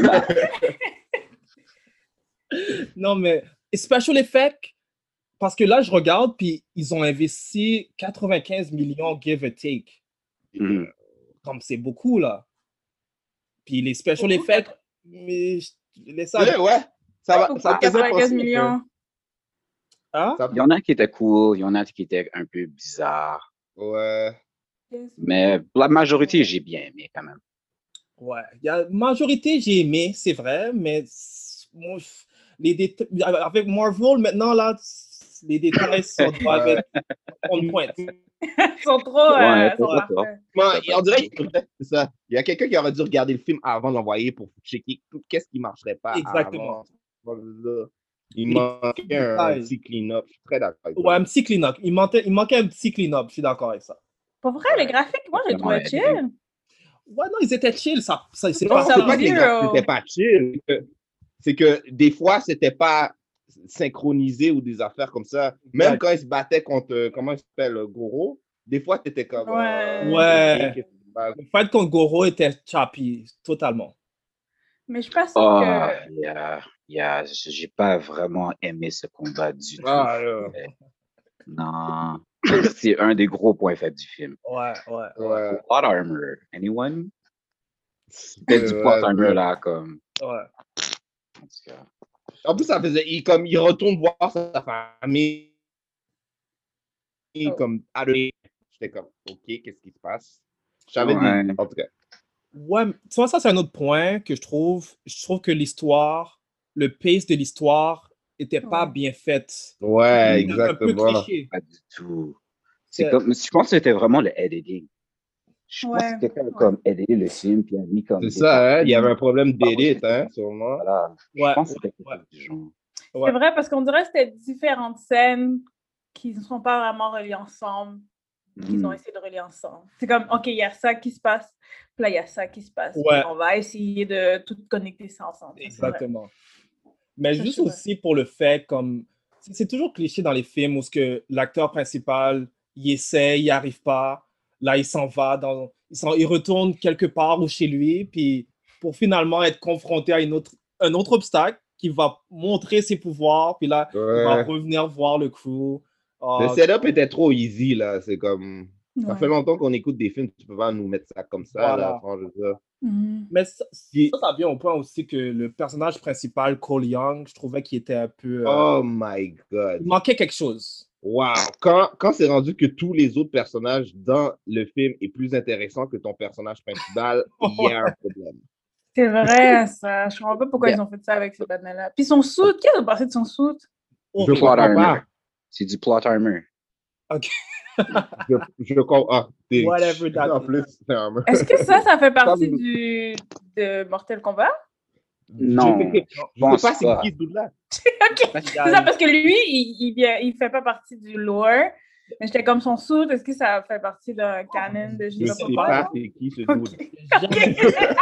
Non, mais special effects, parce que là, je regarde, puis ils ont investi quatre-vingt-quinze millions, give or take. Mhm. Comme c'est beaucoup, là. Puis les special Beaucoup, effects, mais je laisse ça. Ouais, ouais. Ça, va, Beaucoup, ça me faisait quatre-vingt-quinze penser que- millions. Hein? ça- Il y en a qui étaient cool, il y en a qui étaient un peu bizarres. Ouais. Mais la majorité, j'ai bien aimé quand même. Ouais. Il y a majorité, j'ai aimé, c'est vrai, mais c- moi, je- les déta- avec Marvel, maintenant, là, c- les détails sont, doivent être on point. Ils sont trop... Ouais, euh, t'as sont pas tort. parfaits. Moi, T'as pas on dirait tort. que c'est ça. Il y a quelqu'un qui aurait dû regarder le film avant de l'envoyer pour checker tout- qu'est-ce qui marcherait pas. Exactement. Avant. Là, il Les manquait un, détails. petit clean-up. Je suis très d'accord avec Ouais, toi. un petit clean-up. Il manquait, il manquait un petit clean-up, je suis d'accord avec ça. Pour vrai, les graphiques, moi, je les trouvais Vraiment, chill. Ouais, non, ils étaient chill, ça, ça c'est Non, pas... c'est pas que les Zero. gars, c'était pas chill. c'est que- C'est que des fois, c'était pas synchronisé ou des affaires comme ça. Même Exact. quand ils se battaient contre, euh, comment il s'appelle, euh, Goro, des fois, t'étais comme. Ouais. euh, Ouais. ok, qu'est-ce qui se passe? Le fight contre Goro était choppy, totalement. Mais je suis pas sûre Ah, que... il y a, il y a, j'ai pas vraiment aimé ce combat du tout. Ah, là. Non, c'est un des gros points faibles du film. Ouais, ouais. Ouais. Plot armor, anyone? Peut-être du Ouais, plot ouais. armor là, comme. Ouais. En tout cas. En plus, ça faisait. Il, comme, il retourne voir sa famille. Oh. Comme, à deux. J'étais comme, OK, qu'est-ce qui se passe? J'avais Ouais. des. En tout cas. Ouais, tu vois, ça, c'est un autre point que je trouve. Je trouve que l'histoire, le pace de l'histoire était pas Ouais. bien fait. Ouais, C'était un peu exactement. cliché. Pas du tout. C'est C'est- comme, je pense que c'était vraiment le editing. Je pense Ouais, que quelqu'un a ouais. comme édité le film puis a mis comme. C'est des ça, hein? Il y avait un parties. problème d'élite, hein, sûrement. Voilà. Je Ouais, pense que c'était quelque ouais. chose du genre. C'est Ouais. vrai, parce qu'on dirait que c'était différentes scènes qui ne sont pas vraiment reliées ensemble, qu'ils ont Hmm. essayé de relier ensemble. C'est comme, OK, il y a ça qui se passe, puis là, il y a ça qui se passe. Ouais. On va essayer de tout connecter ça ensemble. Ça, c'est vrai. Exactement. Mais Ça, juste c'est vrai. aussi pour le fait, comme. C'est c'est toujours cliché dans les films où ce que l'acteur principal, il essaie, il n'y arrive pas. Là, il s'en va, dans, il, s'en- il retourne quelque part ou chez lui, puis pour finalement être confronté à une autre, un autre obstacle qui va montrer ses pouvoirs, puis là, il va Ouais. revenir voir le crew. Le Ah, setup était trop easy, là. C'est comme. Ça Ouais. fait longtemps qu'on écoute des films, tu peux pas nous mettre ça comme ça, Voilà. là. Enfin, je veux dire. Mhm. mais ça, Puis- ça, ça vient au point aussi que le personnage principal, Cole Young, je trouvais qu'il était un peu. euh, Oh my God. il manquait quelque chose. Wow. Quand, quand c'est rendu que tous les autres personnages dans le film est plus intéressant que ton personnage principal, il y a un problème. C'est vrai, ça. Je comprends pas pourquoi Yeah. ils ont fait ça avec ce panel-là. Puis son suit, qu'est-ce qui a passé de son suit? Je Horrible. Plot comprends armor. pas. C'est du plot armor. Ok. Je, je comprends. Ah, t'es- Whatever that en is. plus, c'est un mec. Est-ce que ça, ça fait partie Comme- du de Mortal Kombat? Non, Je, sais- je je pense sais pas c'est pas. qui ce dude-là. OK. C'est ça, parce que lui, il, il, vient- il fait pas partie du lore. Mais j'étais comme son suit, est-ce que ça fait partie d'un canon de je Je sais sais pas pas quoi? c'est qui ce Ok. dude. Jamais-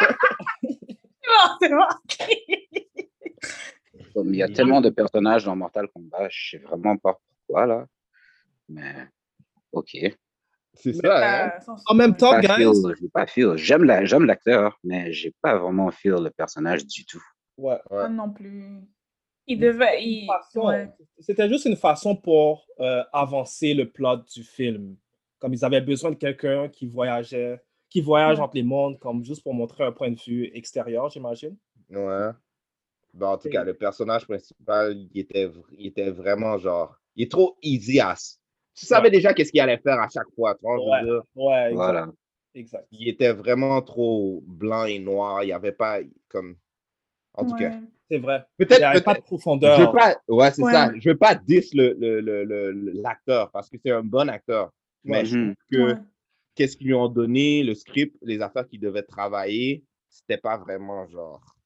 C'est bon, c'est bon. Comme il y a tellement de personnages dans Mortal Kombat, je sais vraiment pas pourquoi là. Mais ok. C'est ça, hein? Euh, son suit, En même ouais. temps, Pas guys. feel, j'ai pas feel. J'aime la, j'aime l'acteur, mais j'ai pas vraiment feel le personnage du tout. Ouais. Moi non plus. Il devait. Une Il... façon- Ouais. C'était juste une façon pour euh, avancer le plot du film. Comme ils avaient besoin de quelqu'un qui voyageait, qui voyage Ouais. entre les mondes, comme juste pour montrer un point de vue extérieur, j'imagine. Ouais. Ben, en tout cas, le personnage principal, il était, v- il était vraiment genre. Il est trop easy ass. Tu savais Ouais. déjà qu'est-ce qu'il allait faire à chaque fois, tu vois, je veux Ouais. dire. Ouais, exact. Voilà. exact. Il était vraiment trop blanc et noir. Il n'y avait pas comme. En tout Ouais. cas. C'est vrai. Peut-être. Il n'y avait peut-être- pas de Je profondeur. veux pas. Ouais, c'est Ouais. ça. Je veux pas diss le, le, le, le- le- l'acteur parce que c'est un bon acteur. Mais Ouais. je Mhm. trouve que Ouais. qu'est-ce qu'ils lui ont donné, le script, les affaires qu'il devait travailler, c'était pas vraiment genre.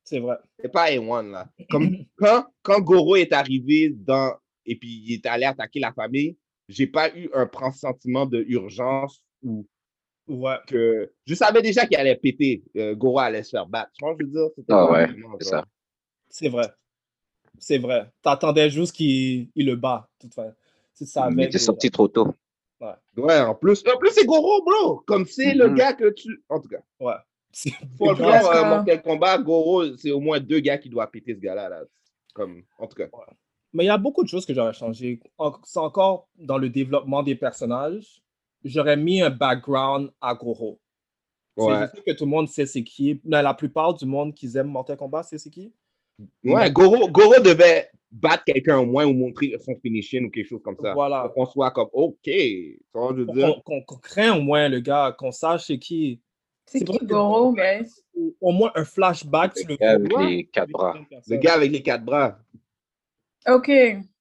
C'est vrai. C'est pas A un, là. Comme quand, quand Goro est arrivé dans... et puis il est allé attaquer la famille, j'ai pas eu un pressentiment de urgence ou Ouais. que... Je savais déjà qu'il allait péter. Euh, Goro allait se faire battre. Je pense que je veux dire, c'était Ah pas ouais, vraiment c'est genre- ça. C'est vrai. C'est vrai. T'attendais juste qu'il il le bat. De toute façon. Tu savais Mais t'es que- sorti trop tôt. Ouais, en plus, en plus c'est Goro, bro. Comme c'est le Mhm. gars que tu... En tout cas, Ouais. C'est- pour le c'est faire vrai. euh, D'accord. Mortal Kombat, Goro, c'est au moins deux gars qui doivent péter ce gars-là. Là. Comme, en tout cas. Mais il y a beaucoup de choses que j'aurais changé. En- C'est encore dans le développement des personnages. J'aurais mis un background à Goro. C'est Ouais. juste que tout le monde sait c'est qui. Mais la plupart du monde qui aime Mortal Kombat, c'est c'est qui. Ouais, Goro, Goro devait battre quelqu'un au moins ou montrer son finishing ou quelque chose comme ça. Voilà. Pour qu'on soit comme, OK. Tu vois, je veux Pour dire. Qu'on qu'on- qu'on craint au moins le gars, qu'on sache c'est qui. C'est C'est qui pour ça que- Goro, guys? Au- Au moins un flashback, tu Le le gars avec vois. les quatre bras. Le gars avec les quatre bras. Ok.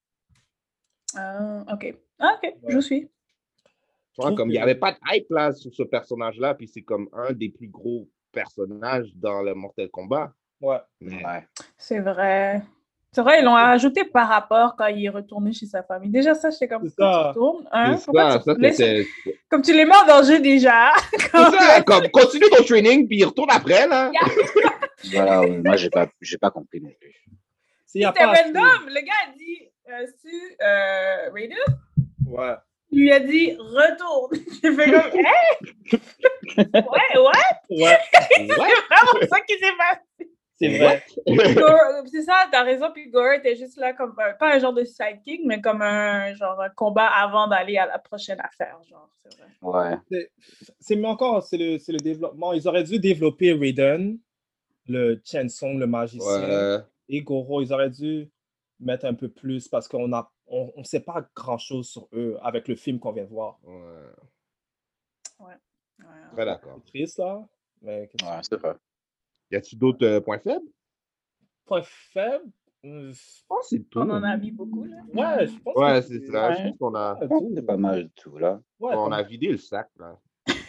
Ah, ok. Ah, ok, je vous suis. Tu vois, trouve comme il que- n'y avait pas de hype là sur ce personnage-là, puis c'est comme un des plus gros personnages dans le Mortal Kombat. Ouais. Mais Ouais. C'est vrai. C'est vrai, ils l'ont ajouté par rapport quand il est retourné chez sa famille. Déjà, ça, j'étais comme, C'est pourquoi ça. tu retournes? Hein? c'est Pourquoi ça, tu ça laisses- c'était. Comme tu les mets en danger déjà. C'est ça, comme continue ton training, puis il retourne après, là. Voilà, ouais, moi, j'ai pas, j'ai pas compris non plus. S'il y a C'était pas assez- random. Le gars a dit, euh, tu, euh, Raiden, Ouais. il lui a dit, retourne. J'ai fait comme, hein? Ouais, ouais. Ouais. C'est vraiment ça qui s'est passé. C'est vrai. Goro- C'est ça, t'as raison. Puis Goro était juste là comme, un- pas un genre de sidekick, mais comme un genre un combat avant d'aller à la prochaine affaire. Genre, c'est vrai. Ouais. C'est- C'est mais encore, c'est le, c'est le développement. Ils auraient dû développer Raiden, le Chen Song, le magicien, Ouais. et Goro. Ils auraient dû mettre un peu plus parce qu'on a, on, on sait pas grand chose sur eux avec le film qu'on vient de voir. Ouais. Ouais. Très d'accord. C'est triste là. Mais qu'est-ce que- Ouais, c'est vrai. Y a-tu d'autres euh, points faibles? Point faible. euh, Je pense que c'est tout. On en a mis beaucoup, là. Ouais, je pense Ouais, que c'est ça. Je Ouais. pense qu'on a, Ouais, Je pense tout. que c'est pas mal du tout, là. Ouais, on comme- a vidé le sac, là.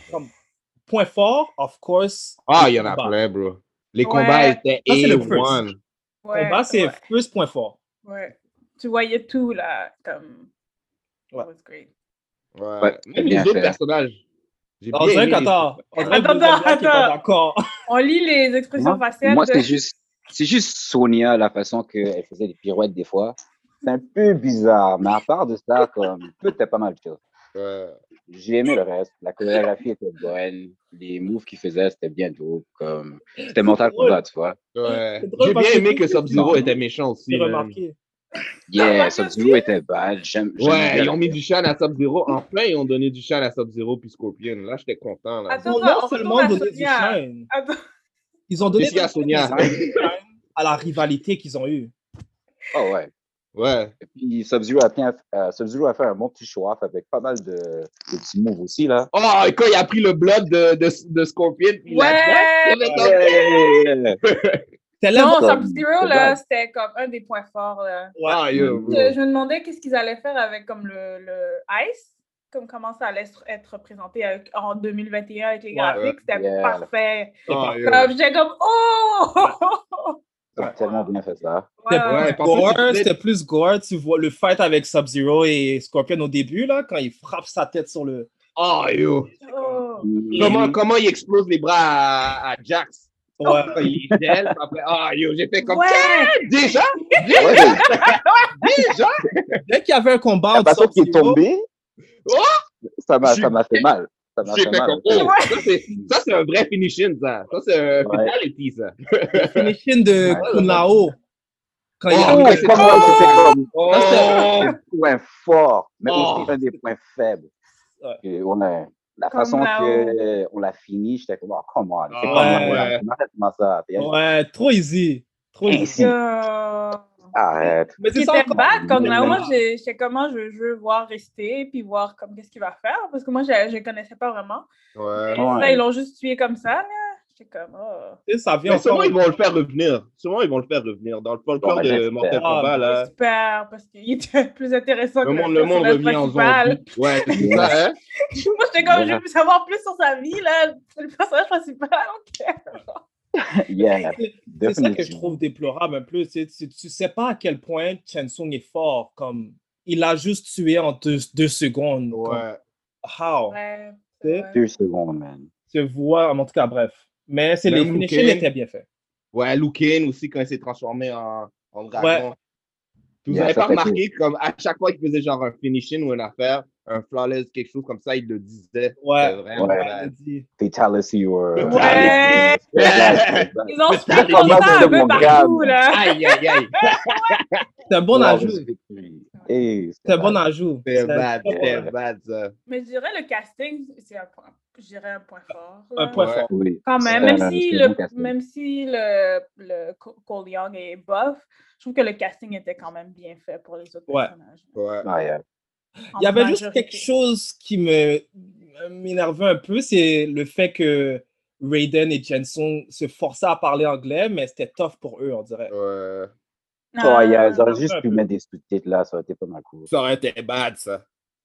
Point fort, of course. Ah, les il y en a combats. plein, bro. Les Ouais. combats étaient Ça, c'est le A first. un. Ouais, Combat, c'est ouais, first point fort. ouais. Tu voyais tout, là, comme... Ouais. It was great. Ouais. Ouais, Même bien les autres fait. personnages. J'ai On bien dirait aimé les qu'attends, autres on dirait que Attends, vous êtes bien attends, qui est pas attends. d'accord. On lit les expressions Moi, faciales moi de... c'est juste, c'est juste Sonia, la façon qu'elle faisait des pirouettes des fois. C'est un peu bizarre, mais à part de ça, comme, tout était pas mal chill. Ouais. J'ai aimé le reste. La chorégraphie était bonne. Les moves qu'il faisait, c'était bien dope. Comme... C'était Mortal drôle. Kombat, tu vois. Ouais. C'est drôle J'ai parce bien que aimé tout que ce que tu Sub-Zero dis- était méchant aussi. J'ai man. remarqué. Yeah, Sub-Zero était bad. J'aime, j'aime Ouais, bien ils ont la- mis du Shan à Sub-Zero. Enfin, ils ont donné du Shan à Sub-Zero puis Scorpion. Là, j'étais content. Là. Attends, Ils ont attends, non on seulement retourne à donné du Sonia. shine, Attends. ils ont donné Qu'est-ce qu'il y a, du Sonia? shine à la rivalité qu'ils ont eue. Oh ouais. Ouais. Et puis Sub-Zero a, bien- euh, Sub-Zero a fait un bon petit show-off avec pas mal de, de petits moves aussi, là. Oh, et quand il a pris le blood de, de, de Scorpion, puis il a Ouais! il avait comme- Yeah! C'est Non, là Comme- Sub-Zero, c'est là, bad. c'était comme un des points forts, là. Ah, yo, bro. Je, je me demandais qu'est-ce qu'ils allaient faire avec comme le, le Ice, comme comment ça allait être- être représenté avec- en deux mille vingt et un avec les Ouais. graphiques, c'était Yeah. parfait. Ah, yo. Comme, j'étais comme, oh! Ils ont tellement bien fait ça. Ouais, C'était ouais, Ouais, ouais. parce que gore, tu voulais- c'était plus gore. Tu vois le fight avec Sub-Zero et Scorpion au début, là, quand il frappe sa tête sur le. Ah, yo. Oh. Comment, comment il explose les bras à, à Jax? Ouais. Quand il gèle, après, ah, yo, j'ai fait comme Ouais! déjà? Ouais, Déjà? Dès qu'il y avait un combat la entre façon qu'il est Sub-Zero, tombé, Oh! ça m'a, J'ai- ça m'a fait mal. Ça m'a J'ai fait fait mal. comme, oh, ça, c'est, ça, c'est un vrai finishing, ça. Ça, c'est un Ouais. fatality, ça. le finishing de Ouais. Kun Lao. Quand il Oh, a Oh, ouais, c'est comment trop- c'était comme Oh! ça, c'est un point fort, mais Oh. aussi un des points faibles. Ouais. Et on a, la Comme façon là-haut. qu'on l'a fini, j'étais comme, oh, comment? C'est Ah, comme là, ouais. voilà, arrête-moi ça. Puis, Ouais, trop easy. Trop Hey, easy. si. Euh, Arrête. Mais Qui c'est ça était encore. bad, comme là, moi, Ouais. j'ai- j'étais comment je, je veux voir rester, puis voir comme qu'est-ce qu'il va faire, parce que moi, je ne connaissais pas vraiment. Ouais. Et Ouais. là, ils l'ont juste tué comme ça, là. J'étais comme, oh. Tu sais, ça vient Mais sûrement, encore. ils vont le faire revenir. Sûrement, ils vont le faire revenir. Dans le folklore Bon, de j'espère. Mortal Ah, Kombat, là, J'espère, parce qu'il était plus intéressant le que monde, le le monde personnage revient en principal. zombie. Ouais, c'est ça, hein? Moi, j'étais comme, je Voilà. veux savoir plus sur sa vie, là. C'est le personnage principal. ok. Yeah. C'est ça que je trouve déplorable un peu. Tu, tu, tu sais pas à quel point Chen Sung est fort. Comme, il l'a juste tué en deux, deux secondes. Ouais. Comme, how? Ouais, Tu sais? ouais. Deux secondes, man. Tu vois, en tout cas, bref. Mais c'est les Même finishing Lucan. étaient bien faits. Ouais, Lucan aussi, quand il s'est transformé en, en dragon. Ouais. Vous Yeah, n'avez ça pas fait remarqué, comme à chaque fois qu'il faisait genre un finishing ou une affaire, un flawless, quelque chose comme ça, il le disait. Ouais. C'était vraiment Ouais. Il bad. dit. Fatality ou... euh, Ouais. Splash. Ils ont Fatality. split comme ça un C'était peu mon partout, grave. là. Aïe, aïe, aïe. C'est un bon Flawless ajout. victory. Hey, C'est un bon bad. ajout. C'était C'est bad, un- c'était bad, ça. Mais je dirais le casting, c'est un point, je dirais un point fort. un là. point Ouais. fort. Oui. Quand même, C'est même un- si c'est un bon le, casting. même si le, le Co- Cole Young est buff, je trouve que le casting était quand même bien fait pour les autres Ouais. personnages. Ouais. Ah, yeah. En Il y avait juste majorité. quelque chose qui me m'énervait un peu, c'est le fait que Raiden et Jensen se forçaient à parler anglais, mais c'était tough pour eux, on dirait. Ouais. Oh, yeah, ils auraient un juste pu peu. mettre des sous-titres là, ça aurait été pas mal cool. Ça aurait été bad, ça.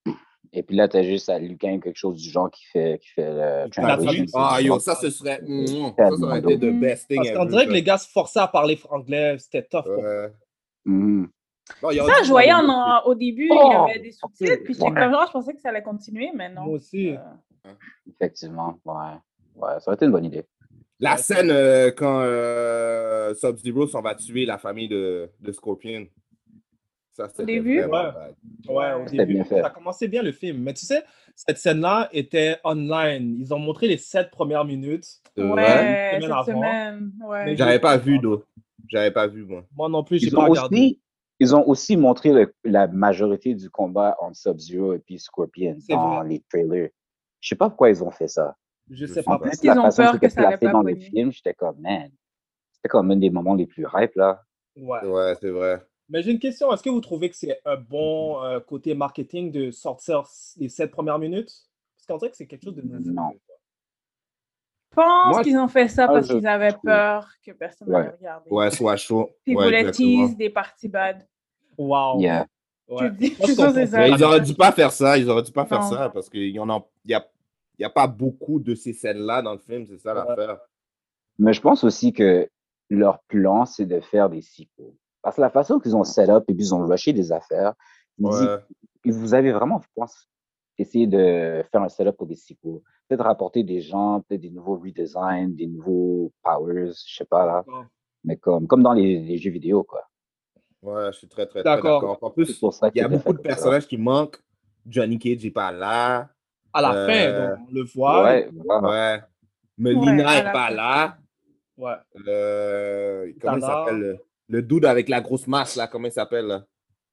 Et puis là, t'as juste à Lucan quelque chose du genre qui fait, qui fait le La translation. traduction. Ah, yo, ça, ce serait. Mm, ça, ça aurait été the best thing Parce qu'on ever, dirait que ça. les gars se forçaient à parler anglais, c'était tough pour eux. Ouais. Mhm. Non, il y Ça, aurait dû je voyais avoir en- des- en- au début, Oh! il y avait des sous-titres, puis j'étais Ouais. comme genre, je pensais que ça allait continuer, mais non. Moi aussi. Euh, Effectivement, ouais. Ouais, ça aurait été une bonne idée. La scène euh, quand euh, Sub-Zero s'en va tuer la famille de, de Scorpion. Ça, c'était début? vraiment Ouais. bad. Ouais, au C'était début, bien fait. ça commençait bien le film. Mais tu sais, cette scène-là était online. Ils ont montré les sept premières minutes. Ouais. ouais, Semaine cette avant. semaine, ouais. Mais J'avais pas vu, d'eau. J'avais pas vu, moi. Moi non plus, j'ai Ils pas ont, regardé. aussi, ils ont aussi montré le- la majorité du combat entre Sub-Zero et puis Scorpion C'est dans vrai. les trailers. Je sais pas pourquoi ils ont fait ça. Je Je sais sais pas. En pas. plus, Ils la ont façon peur que c'était que ça allait placé pas dans le pogner. film, j'étais comme, man, c'était comme un des moments les plus hype, là. Ouais. Ouais, c'est vrai. Mais j'ai une question. Est-ce que vous trouvez que c'est un bon euh, côté marketing de sortir les sept premières minutes? Parce qu'on dirait que c'est quelque chose de nouveau. Non. Je pense Moi, qu'ils ont fait ça moi, parce je qu'ils avaient trouve- peur que personne Ouais. n'allait regarder. Ouais, soit chaud. Puis ils Ouais, voulaient exactement. tease des parties bad. Wow. Yeah. Ouais. Je dis- Je pense je suis sûre qu'on que c'est pense- ça. Mais ils auraient dû pas faire ça. Ils auraient dû pas faire Non. ça parce qu'il y en a, il y a, il y a pas beaucoup de ces scènes-là dans le film. C'est ça Ouais. l'affaire. Mais je pense aussi que leur plan, c'est de faire des sequels. Parce que la façon qu'ils ont set up et puis ils ont rushé des affaires, il dit, Ouais. vous avez vraiment, je pense, essayé de faire un setup pour des sequels. Peut-être rapporter des gens, peut-être des nouveaux redesigns, des nouveaux powers, je sais pas là. D'accord. Mais comme, comme dans les, les jeux vidéo, quoi. Ouais, je suis très, très, très D'accord. d'accord. En C'est plus, pour ça il y a qu'il était beaucoup fait de comme ça. personnages qui manquent. Johnny Cage n'est pas là. À la Euh, fin, donc, on le voit. Ouais, voilà. Ouais. Melina Ouais, à n'est la pas fin. là. Ouais. Euh, comment il Kitana. s'appelle? Le, le dude avec la grosse masse, là. Comment il s'appelle? Là?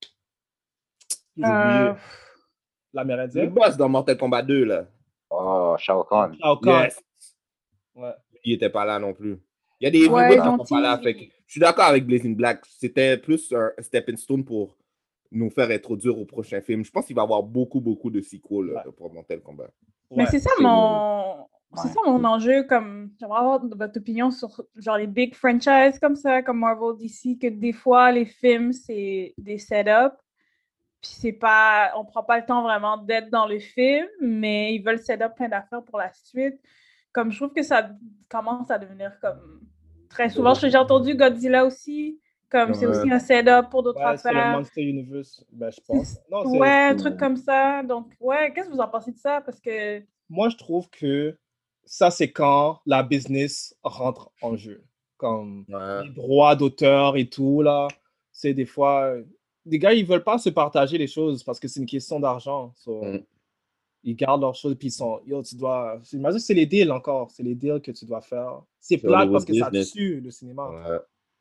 J'ai Euh, oublié. Le L'Amérindien. boss dans Mortal Kombat deux, là. Oh, Shao Kahn. Shao Kahn. Yes. Ouais. Il était pas là non plus. Il y a des Ouais, viewers ils qui ont sont pas là. teasé. Fait que je suis d'accord avec Blazing Black. C'était plus un stepping stone pour nous faire introduire au prochain film. Je pense qu'il va y avoir beaucoup, beaucoup de sequels là, Ouais. pour Mortal Kombat. Mais Ouais. c'est ça c'est- mon. C'est Ouais. ça mon enjeu, comme j'aimerais avoir votre opinion sur genre les big franchises comme ça, comme Marvel, D C, que des fois les films c'est des setups, puis c'est pas, on prend pas le temps vraiment d'être dans le film, mais ils veulent setup plein d'affaires pour la suite. Comme je trouve que ça commence à devenir comme très souvent, j'ai entendu Godzilla aussi, comme c'est Ouais. aussi un setup pour d'autres Ouais, c'est le affaires. Monster Universe, ben, je pense. Non, c'est- Ouais, un c'est- truc comme ça. Donc ouais, qu'est-ce que vous en pensez de ça? Parce que Moi, je trouve que ça, c'est quand la business rentre en jeu. Comme Ouais. les droits d'auteur et tout, là. C'est des fois... Les gars, ils veulent pas se partager les choses parce que c'est une question d'argent. So, Mm. Ils gardent leurs choses puis ils sont... Yo, tu dois... J'imagine que c'est les deals encore. C'est les deals que tu dois faire. C'est C'est plate Hollywood parce que business. ça tue le cinéma. Ouais.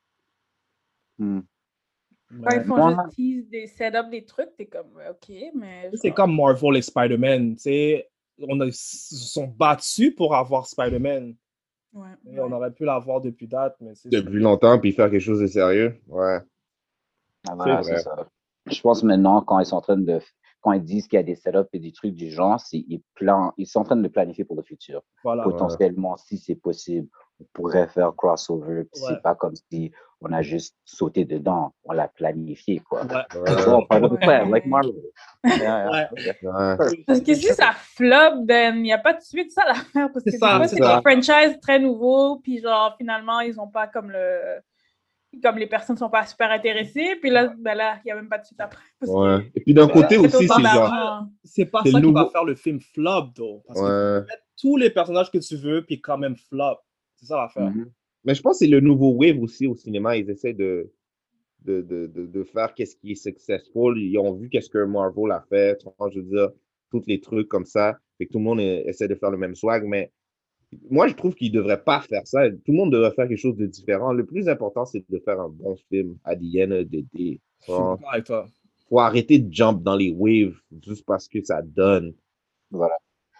Hmm. quand Mais ils font Moi- juste tease des setups, des trucs, t'es comme ouais, ok, mais. c'est comme Marvel et Spider-Man. Tu sais, on a... ils se sont battus pour avoir Spider-Man. Ouais, Et ouais. on aurait pu l'avoir depuis date, mais c'est... Depuis longtemps, puis faire quelque chose de sérieux. Ouais. Ah, voilà, C'est c'est vrai. ça. Je pense maintenant, quand ils sont en train de. Quand ils disent qu'il y a des setups et des trucs du genre, c'est, ils, plan... ils sont en train de planifier pour le futur. Voilà. Ouais. Potentiellement, si c'est possible, on pourrait faire crossover. Puis Ouais. c'est pas comme si on a juste sauté dedans, on l'a planifié, quoi. Ouais. Bon, part of the plan, Ouais. like Marvel. Yeah, yeah, Ouais. okay. Ouais. Parce que si ça flop, then il n'y a pas de suite, ça l'affaire. Parce que C'est des ça, fois, c'est c'est ça. des franchises très nouveaux, puis genre, finalement, ils n'ont pas comme le. Comme les personnes ne sont pas super intéressées, puis là, ben là, il n'y a même pas de suite après. Parce Ouais. que Et puis d'un Mais côté c'est aussi, autant c'est genre. d'argent. C'est pas C'est ça le qui va nouveau- faire le film flop, though. Parce que tu Ouais. peux mettre tous les personnages que tu veux, puis quand même flop. C'est ça l'affaire. Mhm. Mais je pense que c'est le nouveau wave aussi au cinéma. Ils essaient de, de, de, de, de faire qu'est-ce qui est successful. Ils ont vu qu'est-ce que Marvel a fait. Tu vois, je veux dire, tous les trucs comme ça. Fait que tout le monde est- essaie de faire le même swag. Mais moi, je trouve qu'ils ne devraient pas faire ça. Tout le monde devrait faire quelque chose de différent. Le plus important, c'est de faire un bon film à the end of the day. Je suis d'accord avec toi. Faut arrêter de jump dans les waves juste parce que ça donne. Voilà.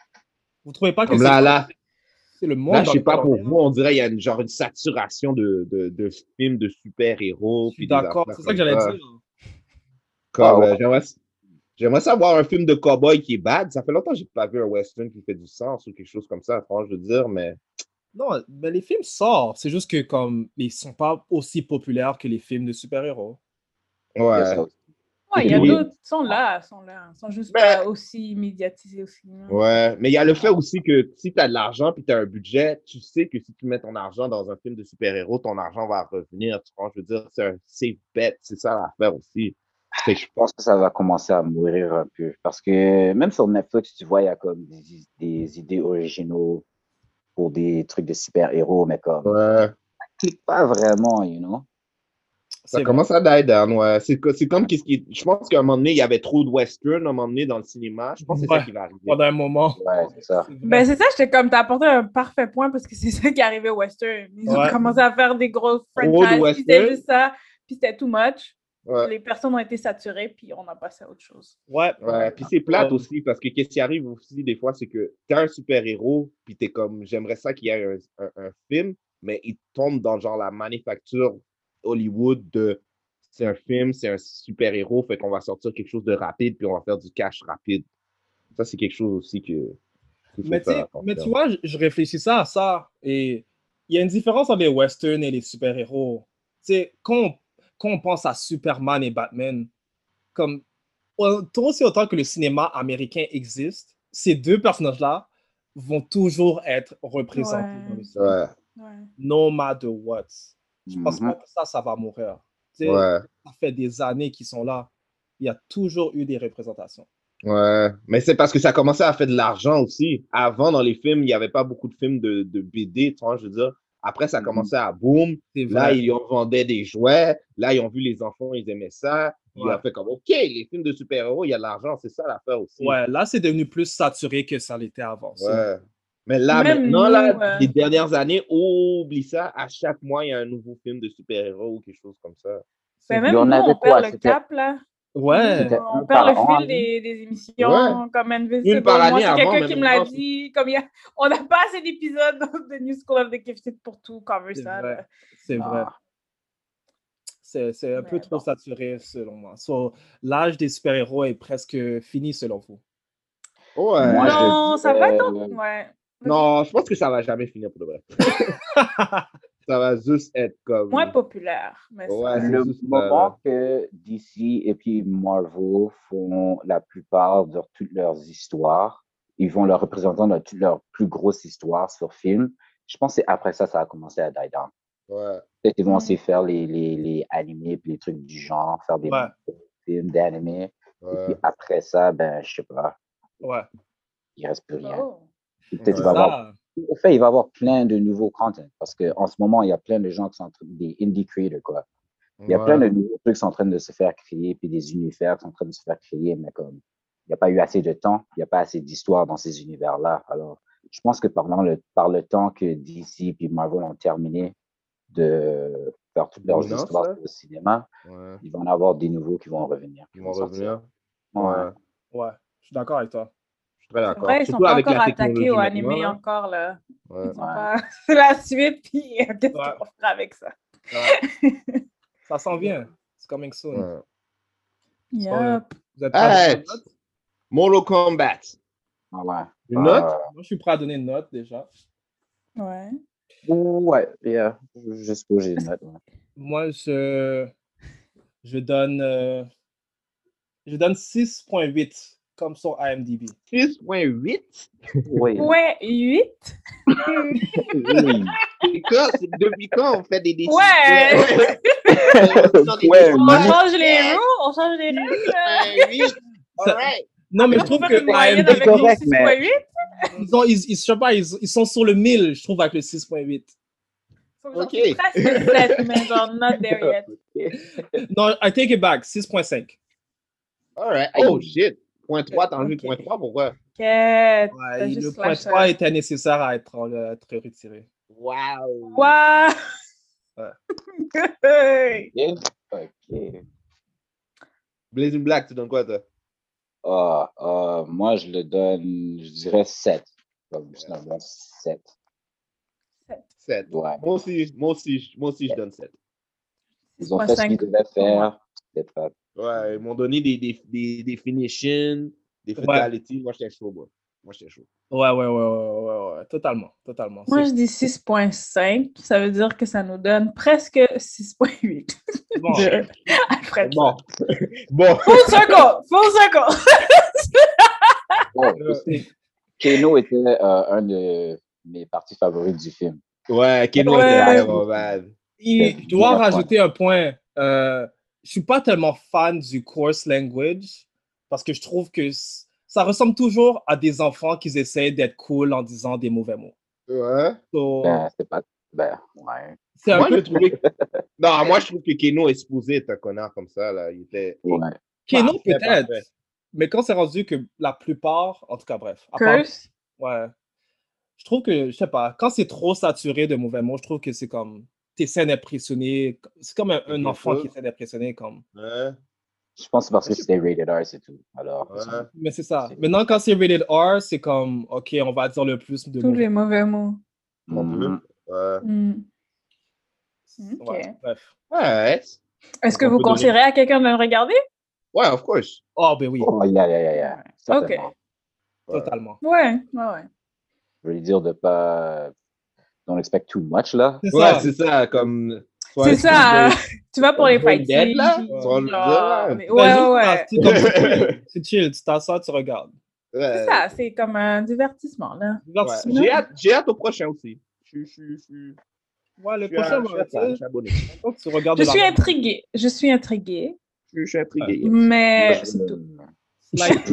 Vous trouvez pas que Comme c'est là, là, c'est le monde là, je dans sais lequel pas on pour est, vous, on dirait qu'il y a une, genre une saturation de, de, de films de super-héros. Je suis puis des d'accord, affaires c'est ça que comme j'allais ça. dire. Comme, Ah ouais. euh, j'aimerais, j'aimerais ça voir un film de cowboy qui est bad. Ça fait longtemps que j'ai pas vu un western qui fait du sens ou quelque chose comme ça, franchement, je veux dire, mais Non, mais les films sortent. C'est juste que comme ils sont pas aussi populaires que les films de super-héros. Il y a ouais. ça aussi. Ouais, il y a Oui. d'autres. Ils sont là, ils sont là. Ils sont juste Mais- pas aussi médiatisés aussi. Ouais, mais il y a le fait aussi que si tu as de l'argent puis tu as un budget, tu sais que si tu mets ton argent dans un film de super-héros, ton argent va revenir. Tu vois, je veux dire, c'est un safe bet. C'est ça l'affaire aussi. Fait que Je pense que ça va commencer à mourir un peu. Parce que même sur Netflix, tu vois, il y a comme des, des idées originaux pour des trucs de super-héros, mais comme, ouais, c'est pas vraiment, you know? ça C'est commence à die down. Ouais. C'est, co- c'est comme qu'est-ce qui. Je pense qu'à un moment donné, il y avait trop de western à un moment donné dans le cinéma. Je pense que c'est Ouais. ça qui va arriver. Pendant un moment. Ouais, c'est ça. C'est vrai. Ben, c'est ça, j'étais comme, t'as apporté un parfait point parce que c'est ça qui est arrivé au Western. Ils ont Ouais. commencé à faire des grosses Trop de franchises, puis c'était western. juste ça, puis c'était too much. Ouais. Les personnes ont été saturées, puis on a passé à autre chose. Ouais. Ouais, puis c'est plate Ouais. aussi parce que qu'est-ce qui arrive aussi des fois, c'est que t'es un super-héros, puis t'es comme, j'aimerais ça qu'il y ait un, un, un film, mais il tombe dans genre la manufacture Hollywood de c'est un film, c'est un super-héros, fait qu'on va sortir quelque chose de rapide, puis on va faire du cash rapide. Ça, c'est quelque chose aussi que. qu'il faut Mais, tu faire sais, attention. mais tu vois, je, je réfléchissais à ça et il y a une différence entre les westerns et les super-héros. Tu sais, quand on, quand on pense à Superman et Batman, comme autant aussi autant que le cinéma américain existe, ces deux personnages-là vont toujours être représentés Ouais. dans le cinéma. Ouais, Ouais. No matter what. Je pense Mhm. pas que ça, ça va mourir. Tu sais, ouais, ça fait des années qu'ils sont là. Il y a toujours eu des représentations. ouais. Mais c'est parce que ça commençait à faire de l'argent aussi. Avant, dans les films, il n'y avait pas beaucoup de films de, de B D, tu vois, je veux dire. Après, ça Mhm. commençait à boom. C'est Là, vrai. ils ont vendu des jouets. Là, ils ont vu les enfants, ils aimaient ça. Ils Ouais. ont fait comme, OK, les films de super-héros, il y a de l'argent. C'est ça l'affaire aussi. Ouais, là, c'est devenu plus saturé que ça l'était avant. C'est- Ouais. Mais là, Même maintenant, nous, là, euh, les dernières années, oublie ça. À chaque mois, il y a un nouveau film de super-héros ou quelque chose comme ça. c'est- Ben, même Il y en nous, avait on quoi? perd le C'était- cap, là. Ouais. C'était On un perd le par an, fil hein? des, des émissions Ouais. comme Une Invincible. par Moi, année c'est avant, quelqu'un mais qui me l'a maintenant, dit. Comme il y a... On n'a pas assez d'épisodes de New School of the Gifted pour tout cover C'est ça. vrai. là. C'est Ah. vrai. C'est c'est un peu Mais trop bon. saturé, selon moi. So, l'âge des super-héros est presque fini, selon vous. Ouais. Moi, je Non, ça va dirais- être... Ouais. Non, je pense que ça va jamais finir pour de vrai. Ça va juste être comme. Moins populaire. Mais ça- Ouais, c'est Le juste, moment euh, que D C et puis Marvel font la plupart de toutes leurs histoires, ils vont leur représenter dans toutes leurs plus grosses histoires sur film. Je pense que c'est après ça, ça a commencé à die down. Ouais. Peut-être qu'ils vont Mm. aussi faire les, les, les animés puis les trucs du genre, faire des Ouais. films d'animés. Et Ouais. puis après ça, ben, je sais pas, Ouais. il reste plus rien. Oh. Puis peut-être Ouais. il va y avoir Ça, Au fait, il va y avoir plein de nouveaux content parce qu'en ce moment, il y a plein de gens qui sont en train- des indie creators, quoi. Il y a Ouais. plein de nouveaux trucs qui sont en train de se faire créer, puis des univers qui sont en train de se faire créer, mais comme il n'y a pas eu assez de temps, il n'y a pas assez d'histoire dans ces univers-là. Alors, je pense que pendant le, par le temps que D C et Marvel ont terminé de faire toutes leurs Dominance, histoires là. au cinéma, Ouais. il va en avoir des nouveaux qui vont revenir. qui Ils vont sortir. revenir. Ouais. Ouais. ouais. Je suis d'accord avec toi. Je suis très C'est d'accord. vrai, ils sont Surtout pas avec encore la attaqués technologie au maintenant, animé là. encore, là. Ouais. Ils sont Ouais. pas... C'est la suite, puis euh, qu'est-ce Ouais. qu'on fera avec ça? Ouais. Ça s'en vient. It's coming soon. Ouais. Yup. Vous êtes prêts à donner Hey! une note? Mortal Kombat. Ah ouais. Une Euh, note? Moi, je suis prêt à donner une note déjà. Ouais. Ouais, yeah. Je suppose que j'ai une note. Ouais. Moi, je, je donne, euh, je donne six virgule huit comme sur I M D B. six virgule huit? Oui. Ouais, huit. Oui. C'est quand, c'est depuis quand on fait des décisions? Ouais. Ouais, On mais- change les rules, on change les règles. huit. All right. Non, mais je On trouve peut que faire une moyenne I M D B, avec les correct, six mais- virgule huit. ils, ont, ils, ils, je sais pas, ils, ils sont sur le mille, je trouve, avec le six virgule huit. Faut que j'en Ok. fasse presque sept, mais genre not there yet. Non, I take it back, six virgule cinq. All right. Oh shit. Point trois, t'as enlevé Ok. point trois, pourquoi? Quête. Ouais, T'as le juste point slash trois un. était nécessaire à être, à être retiré. Wow. Wow. Ouais. Hey. Ok. Blazing Black, tu donnes quoi, toi? Ah, ah, moi, je le donne, je dirais sept. Comme je donne sept. sept. Ouais. Moi aussi, moi aussi, moi aussi, je donne sept. Ils ont fait ce qu'ils devaient faire. C'était pas. Ouais, ils m'ont donné des, des, des, des finishes, des Ouais. fatalities. Moi, j'étais chaud, moi. Moi, j'étais chaud. Ouais, ouais, ouais, ouais, ouais, ouais, totalement, totalement. Moi, C'est je dis six virgule cinq. Ça veut dire que ça nous donne presque six virgule huit. bon. Après Bon. Bon. Full circle! Full circle! Ouais, aussi, Keno était euh, un de mes parties favorites du film. Ouais, Keno Ouais. était vraiment bad. Et C'est je dois bien rajouter un point. Euh, je suis pas tellement fan du coarse language parce que je trouve que c- ça ressemble toujours à des enfants qui essaient d'être cool en disant des mauvais mots. Ouais. So, Ben, c'est pas. Ben, ouais. c'est un Moi, peu j'ai trouvé. Non, moi, je trouve que Keno est supposé être un connard comme ça, là. Il était. Ouais. Keno Parfait, peut-être, parfait. mais quand c'est rendu que la plupart, en tout cas, bref. à part- Curse. ouais. Je trouve que, je sais pas, quand c'est trop saturé de mauvais mots, je trouve que c'est comme, t'essaies d'impressionner, c'est comme un, un Quelque enfant chose. qui essaie d'impressionner comme. Ouais. Je pense que c'est parce que c'était rated R, c'est tout. Alors, Ouais. Mais c'est ça. C'est- Maintenant, quand c'est rated R, c'est comme, ok, on va dire le plus de Tous mauvais. les mauvais mots. Mhm. Ouais. Hmm. Ok. Ouais, bref. Ouais. Est-ce que On vous peut donner- conseillerez à quelqu'un de le regarder? Ouais, of course. Oh, ben oui, Oh, yeah, yeah, yeah, yeah. Certainement. Ok. Ouais. totalement. Ouais, ouais, ouais. Je veux lui dire de pas. Don't expect too much, là. C'est Ouais, ça. c'est ça, comme. C'est ça, hein? Tu vas pour les Walking fighting. Dead, là? puis Tu vas le genre, dire, mais Ben, Ouais, juste ouais, t'as- ouais. c'est comme- C'est chill, tu t'assois, tu regardes. Ouais. C'est ça, c'est comme un divertissement, là. Ouais. Divertissement. J'ai hâte, j'ai hâte au prochain aussi. Je suis- je suis- je suis- Ouais, le je suis prochain, à- je suis à tu ça, je sais, suis abonné. quand tu regardes Je de la- suis intriguée. Je suis intriguée. Je je suis intrigué. Moi, Mais je c'est donne- tout. Like,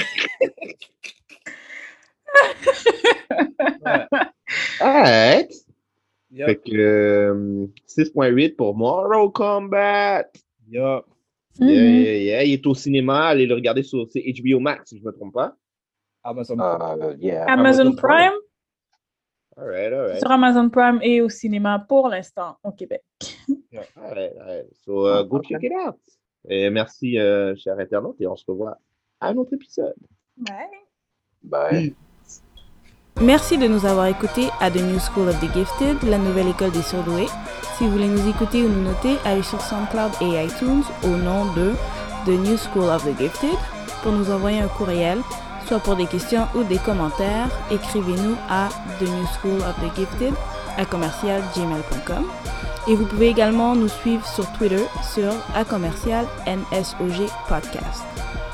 ouais. Alright. Yup, Fait que euh, six virgule huit pour Mortal Kombat. yup. Yeah, Mhm. yeah, yeah. Il est au cinéma. Allez le regarder sur c'est H B O Max, si je ne me trompe pas. Amazon Prime. Euh, yeah. Amazon Amazon Prime. Alright, alright. Sur Amazon Prime et au cinéma pour l'instant au Québec. Alright, alright. So, uh, go check it out. Et merci, euh, chers internautes, et on se revoit à un autre épisode. Bye. Bye. Merci de nous avoir écoutés à The New School of the Gifted, la nouvelle école des surdoués. Si vous voulez nous écouter ou nous noter, allez sur SoundCloud et iTunes au nom de The New School of the Gifted. Pour nous envoyer un courriel, soit pour des questions ou des commentaires, écrivez-nous à The New School of the Gifted à commercial gmail point com. Et vous pouvez également nous suivre sur Twitter sur à commercial N S O G Podcast.